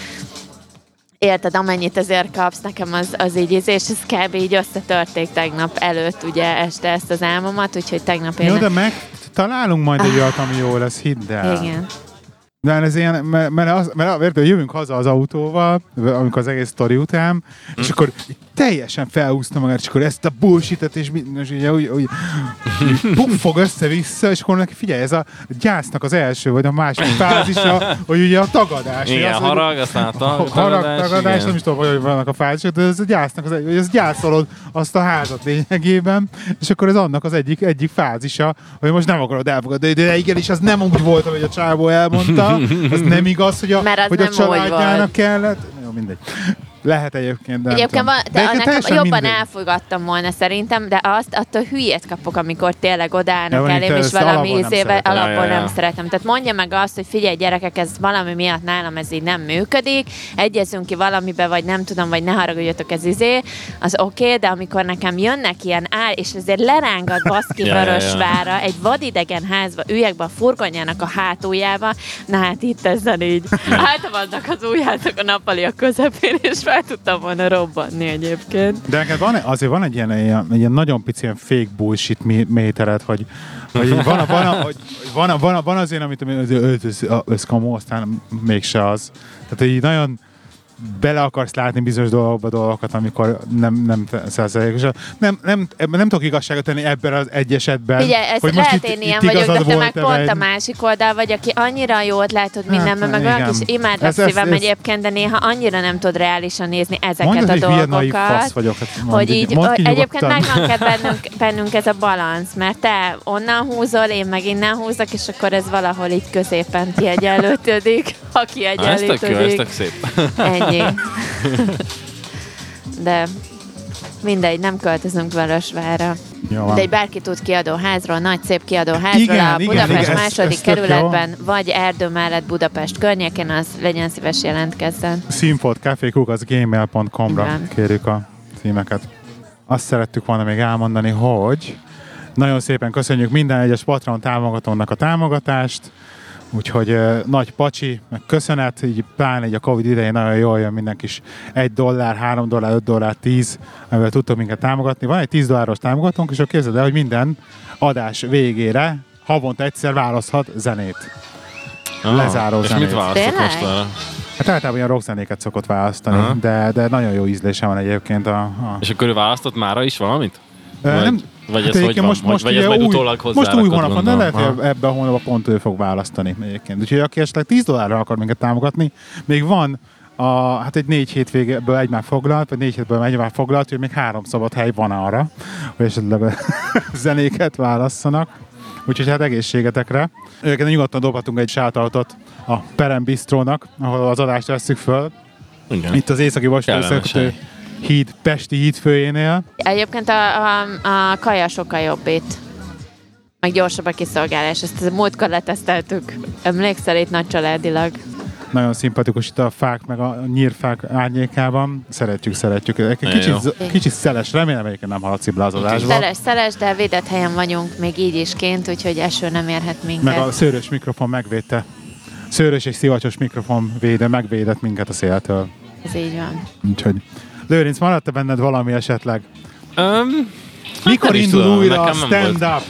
Érted, amennyit azért kapsz, nekem az, az így, és ez kb. Így összetörték tegnap előtt, ugye, este ezt az álmomat, úgyhogy tegnap én... Jó, de meg találunk majd egy olyat, ami jó lesz, hidd el. Igen. De ez ilyen, mert, mert, az, mert érted, jövünk haza az autóval, amikor az egész sztori után, mm. és akkor teljesen felhúzta magát, és akkor ezt a bullshit-et, és, és ugye úgy, úgy puffog össze-vissza, és akkor neki figyelj, ez a gyásznak az első, vagy a második fázisa, hogy ugye a tagadás. Igen, az, harag, aztán a tag, harag, tagadás, tagadás nem is tudom, hogy vannak a fázisok, de ez a gyásznak az, hogy ez gyászolod azt a házat lényegében, és akkor ez annak az egyik, egyik fázisa, hogy most nem akarod elfogadni, de igenis, az nem úgy volt, ahogy a csávó elmondta, az nem igaz, hogy a, hogy a családjának kellett. Jó, mindegy. Lehet egyébként, de egyébként van, de de nekem jobban mindegy. Elfogadtam volna szerintem, de azt attól hülyét kapok, amikor tényleg odállnak ja, elém, és valami ízével alapból ja, ja, ja. nem szeretem. Tehát mondja meg azt, hogy figyelj gyerekek, ez valami miatt nálam ez így nem működik, egyezünk ki valamibe, vagy nem tudom, vagy ne haragudjatok, ez izé, az oké, okay, de amikor nekem jönnek ilyen áll, és azért lerángad baszki ja, Vörösvárra, ja, ja. egy vadidegen házba, üljek be a furgonjának a hátuljába, na hát itt ezzel így általában az újjátok a nappaliak közepén, és fel tudtam volna robbanni egyébként. De neked van, azért van egy ilyen, ilyen, ilyen nagyon pici ilyen fake bullshit méteret, hogy, hogy van, van, van, van, van, van azért, amit összkamó, aztán mégse az. Tehát, hogy így nagyon bele akarsz látni bizonyos dolgokba dolgokat, amikor nem, nem százalékosan. Nem, nem, nem tudok igazságot tenni ebben az egy esetben. Figyelj, ez hogy lehet én ilyen vagyok, de te meg pont a másik oldal vagy, aki annyira jól látod mindenben, hát, meg olyan kis imádlak szívem egyébként, de néha annyira nem tud reálisan nézni ezeket mondod, a dolgokat. Vagyok, hát hogy így, egyébként megvan kell bennünk, bennünk ez a balansz, mert te onnan húzol, én meg innen húzok, és akkor ez valahol így középen kiegyenlőtődik, ha kiegyenlőtődik. Ez szép. Ennyi. De mindegy, nem költözünk Vörösvárra. De egy bárki tud kiadóházról, nagy szép kiadóházról, igen, a Budapest igen, második ez, ez kerületben, vagy erdő mellett Budapest környékén, az legyen szíves jelentkezzen. Színfolt café kukac gmail pont com-ra kérjük a címeket. Azt szerettük volna még elmondani, hogy nagyon szépen köszönjük minden egyes Patreon támogatónak a támogatást, úgyhogy uh, nagy pacsi, meg köszönet, így pláne így a Covid idején nagyon jól jön minden kis egy dollár, három dollár, öt dollár, tíz, amivel tudtok minket támogatni. Van egy tíz dolláros támogatónk, és akkor képzeld el, hogy minden adás végére havonta egyszer választhat zenét. Ah, Lezáró és zenét. És mit választok most arra? Hát általában ilyen rockzenéket szokott választani, de, de nagyon jó ízlése van egyébként. A, a... És akkor ő választott mára is valamit? Vagy, nem, vagy ez hát hogy van? Most, most vagy ez majd utólag hozzá? Most új hónap van, de lehet, hogy ebben a hónapban pont ő fog választani egyébként. Úgyhogy aki esetleg tíz dollárra akar minket támogatni, még van a, hát egy négy hétvégéből egy már foglalt, vagy négy hétből egy már foglalt, hogy még három szabad hely van arra, hogy esetleg zenéket válasszanak. Úgyhogy hát egészségetekre. Őket nyugodtan dobhatunk egy shoutoutot a Perem Bistrónak, ahol az adást vesszük föl. Igen. Itt az északi vasútőszökötő híd, Pesti hídfőjénél. Egyébként a, a, a kaja sokkal jobb itt. meg gyorsabb a kiszolgálás. Ezt a múltkor leteszteltük. Emlékszel itt nagy családilag? Nagyon szimpatikus itt a fák, meg a nyírfák árnyékában. Szeretjük, szeretjük. Egy kicsit, kicsit szeles, remélem egyébként nem haladsz blázolásba. Szeles, szeles, de védett helyen vagyunk még így is kint, úgyhogy eső nem érhet minket. Meg a szőrös mikrofon megvédte. Szőrös és szivacsos mikrofon véde, megvédett minket a széltől. Ez így van. Úgyhogy Lőrinc, maradt-e benned valami esetleg? Um, Mikor indul tudom, újra a stand-up?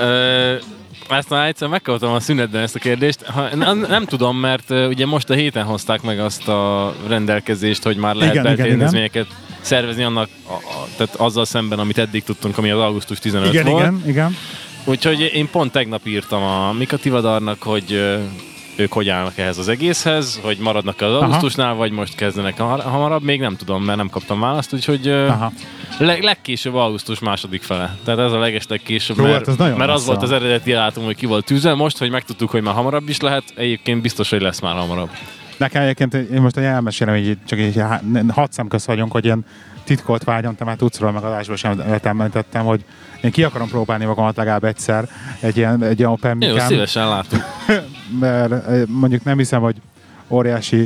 Ezt már egyszer megkaptam a szünetben ezt a kérdést. Ha, nem, nem tudom, mert uh, ugye most a héten hozták meg azt a rendelkezést, hogy már lehet beltérdezményeket szervezni annak, a, a, tehát azzal szemben, amit eddig tudtunk, ami az augusztus tizenötödike igen, volt. Igen, igen. Úgyhogy én pont tegnap írtam a Mika Tivadarnak, hogy uh, ők hogy állnak ehhez az egészhez, hogy maradnak az augusztusnál, aha, vagy most kezdenek hamarabb, még nem tudom, mert nem kaptam választ, úgyhogy uh, leg, legkésőbb augusztus második fele. Tehát ez a leges legkésőbb, Jó, mert, hát mert az volt az eredeti látom, hogy ki volt tűzve, most, hogy megtudtuk, hogy már hamarabb is lehet, egyébként biztos, hogy lesz már hamarabb. Nekem egyébként, én most elmesélem, hogy csak így hat szemköz vagyunk, hogy ilyen titkolt vágyam, te már tudsz róla, meg adásból sem említettem, hogy én ki akarom próbálni magamat legalább egyszer egy ilyen, egy ilyen open micán. Jó, szívesen látom. Mert mondjuk nem hiszem, hogy óriási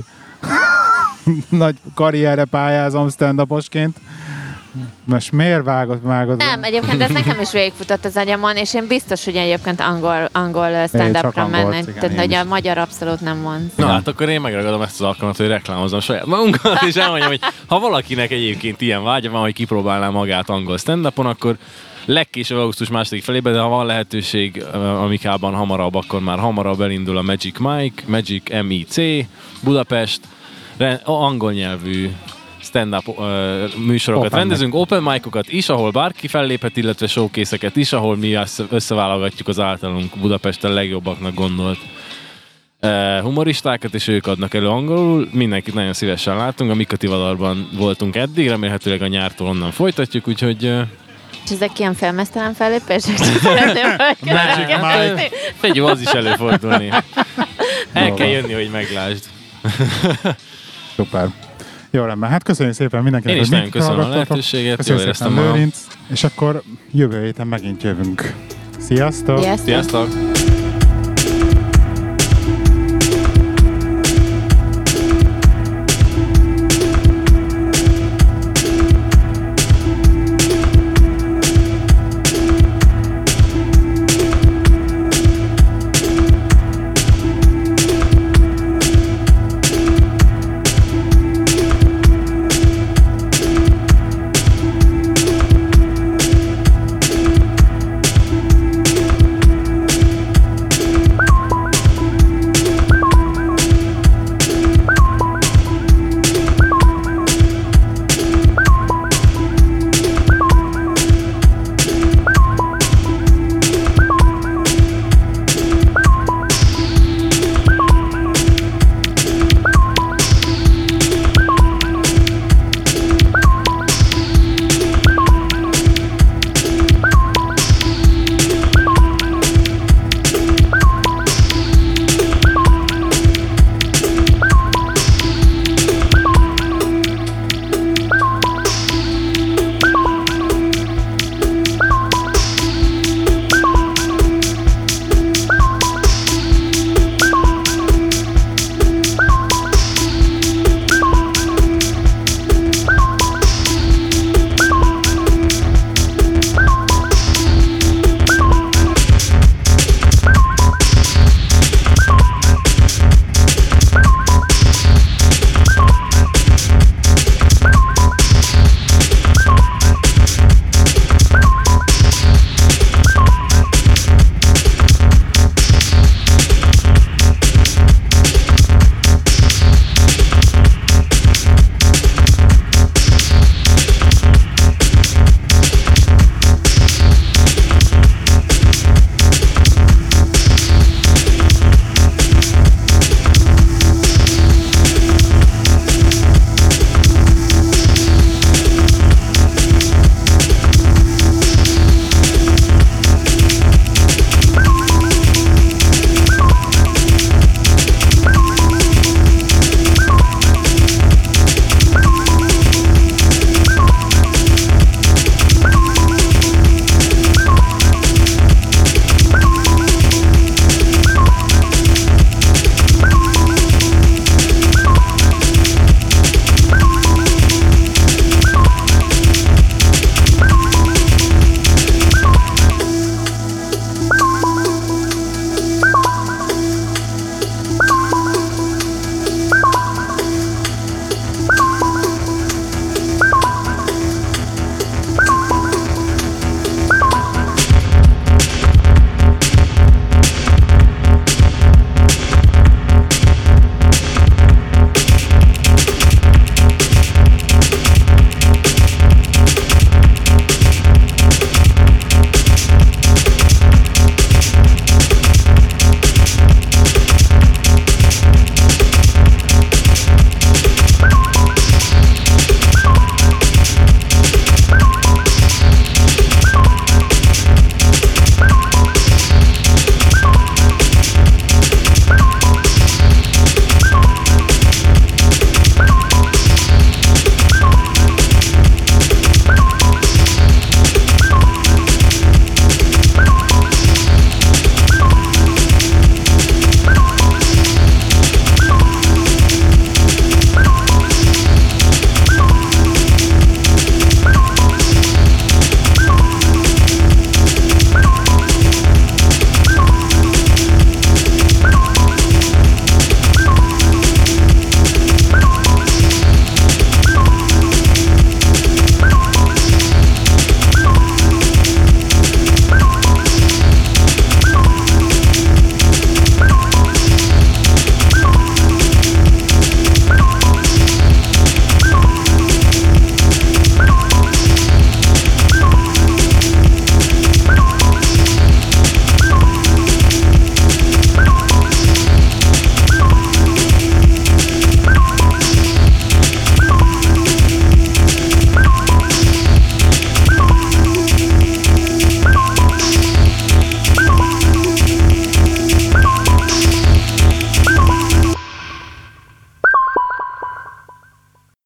nagy karrierre pályázom stand-uposként. Most miért vágod, vágod? Nem, egyébként ez nekem is végigfutott az agyamon, és én biztos, hogy egyébként angol, angol stand-upra mennék. Tehát, hogy a magyar abszolút nem van. Na hát akkor én megragadom ezt az alkalmat, hogy reklámozom saját magunkat, és elmondjam, hogy ha valakinek egyébként ilyen vágya van, hogy kipróbálná magát angol stand-upon, akkor legkésőbb augusztus második felében, de ha van lehetőség amikában hamarabb, akkor már hamarabb elindul a Magic Mike, Magic M I C, Budapest, angol nyelvű stand-up uh, műsorokat open rendezünk, mic. Open mic-okat is, ahol bárki felléphet, illetve showkészeket is, ahol mi összeválogatjuk az általunk Budapesten legjobbaknak gondolt uh, humoristákat, és ők adnak elő angolul. Mindenkit nagyon szívesen látunk, a Mika Tivadarban voltunk eddig, remélhetőleg a nyártól onnan folytatjuk, úgyhogy... Uh, és ezek ilyen felmeztelen fellépések? Fegyő, az is előfordulni. El kell jönni, hogy meglásd. Szuper. Jó, rendben. Hát köszönjük szépen mindenkinek. Én is nagyon köszönöm a lehetőséget. Köszönjük szépen, Lőrinc. És akkor jövő héten megint jövünk. Sziasztok! Sziasztok! Sziasztok.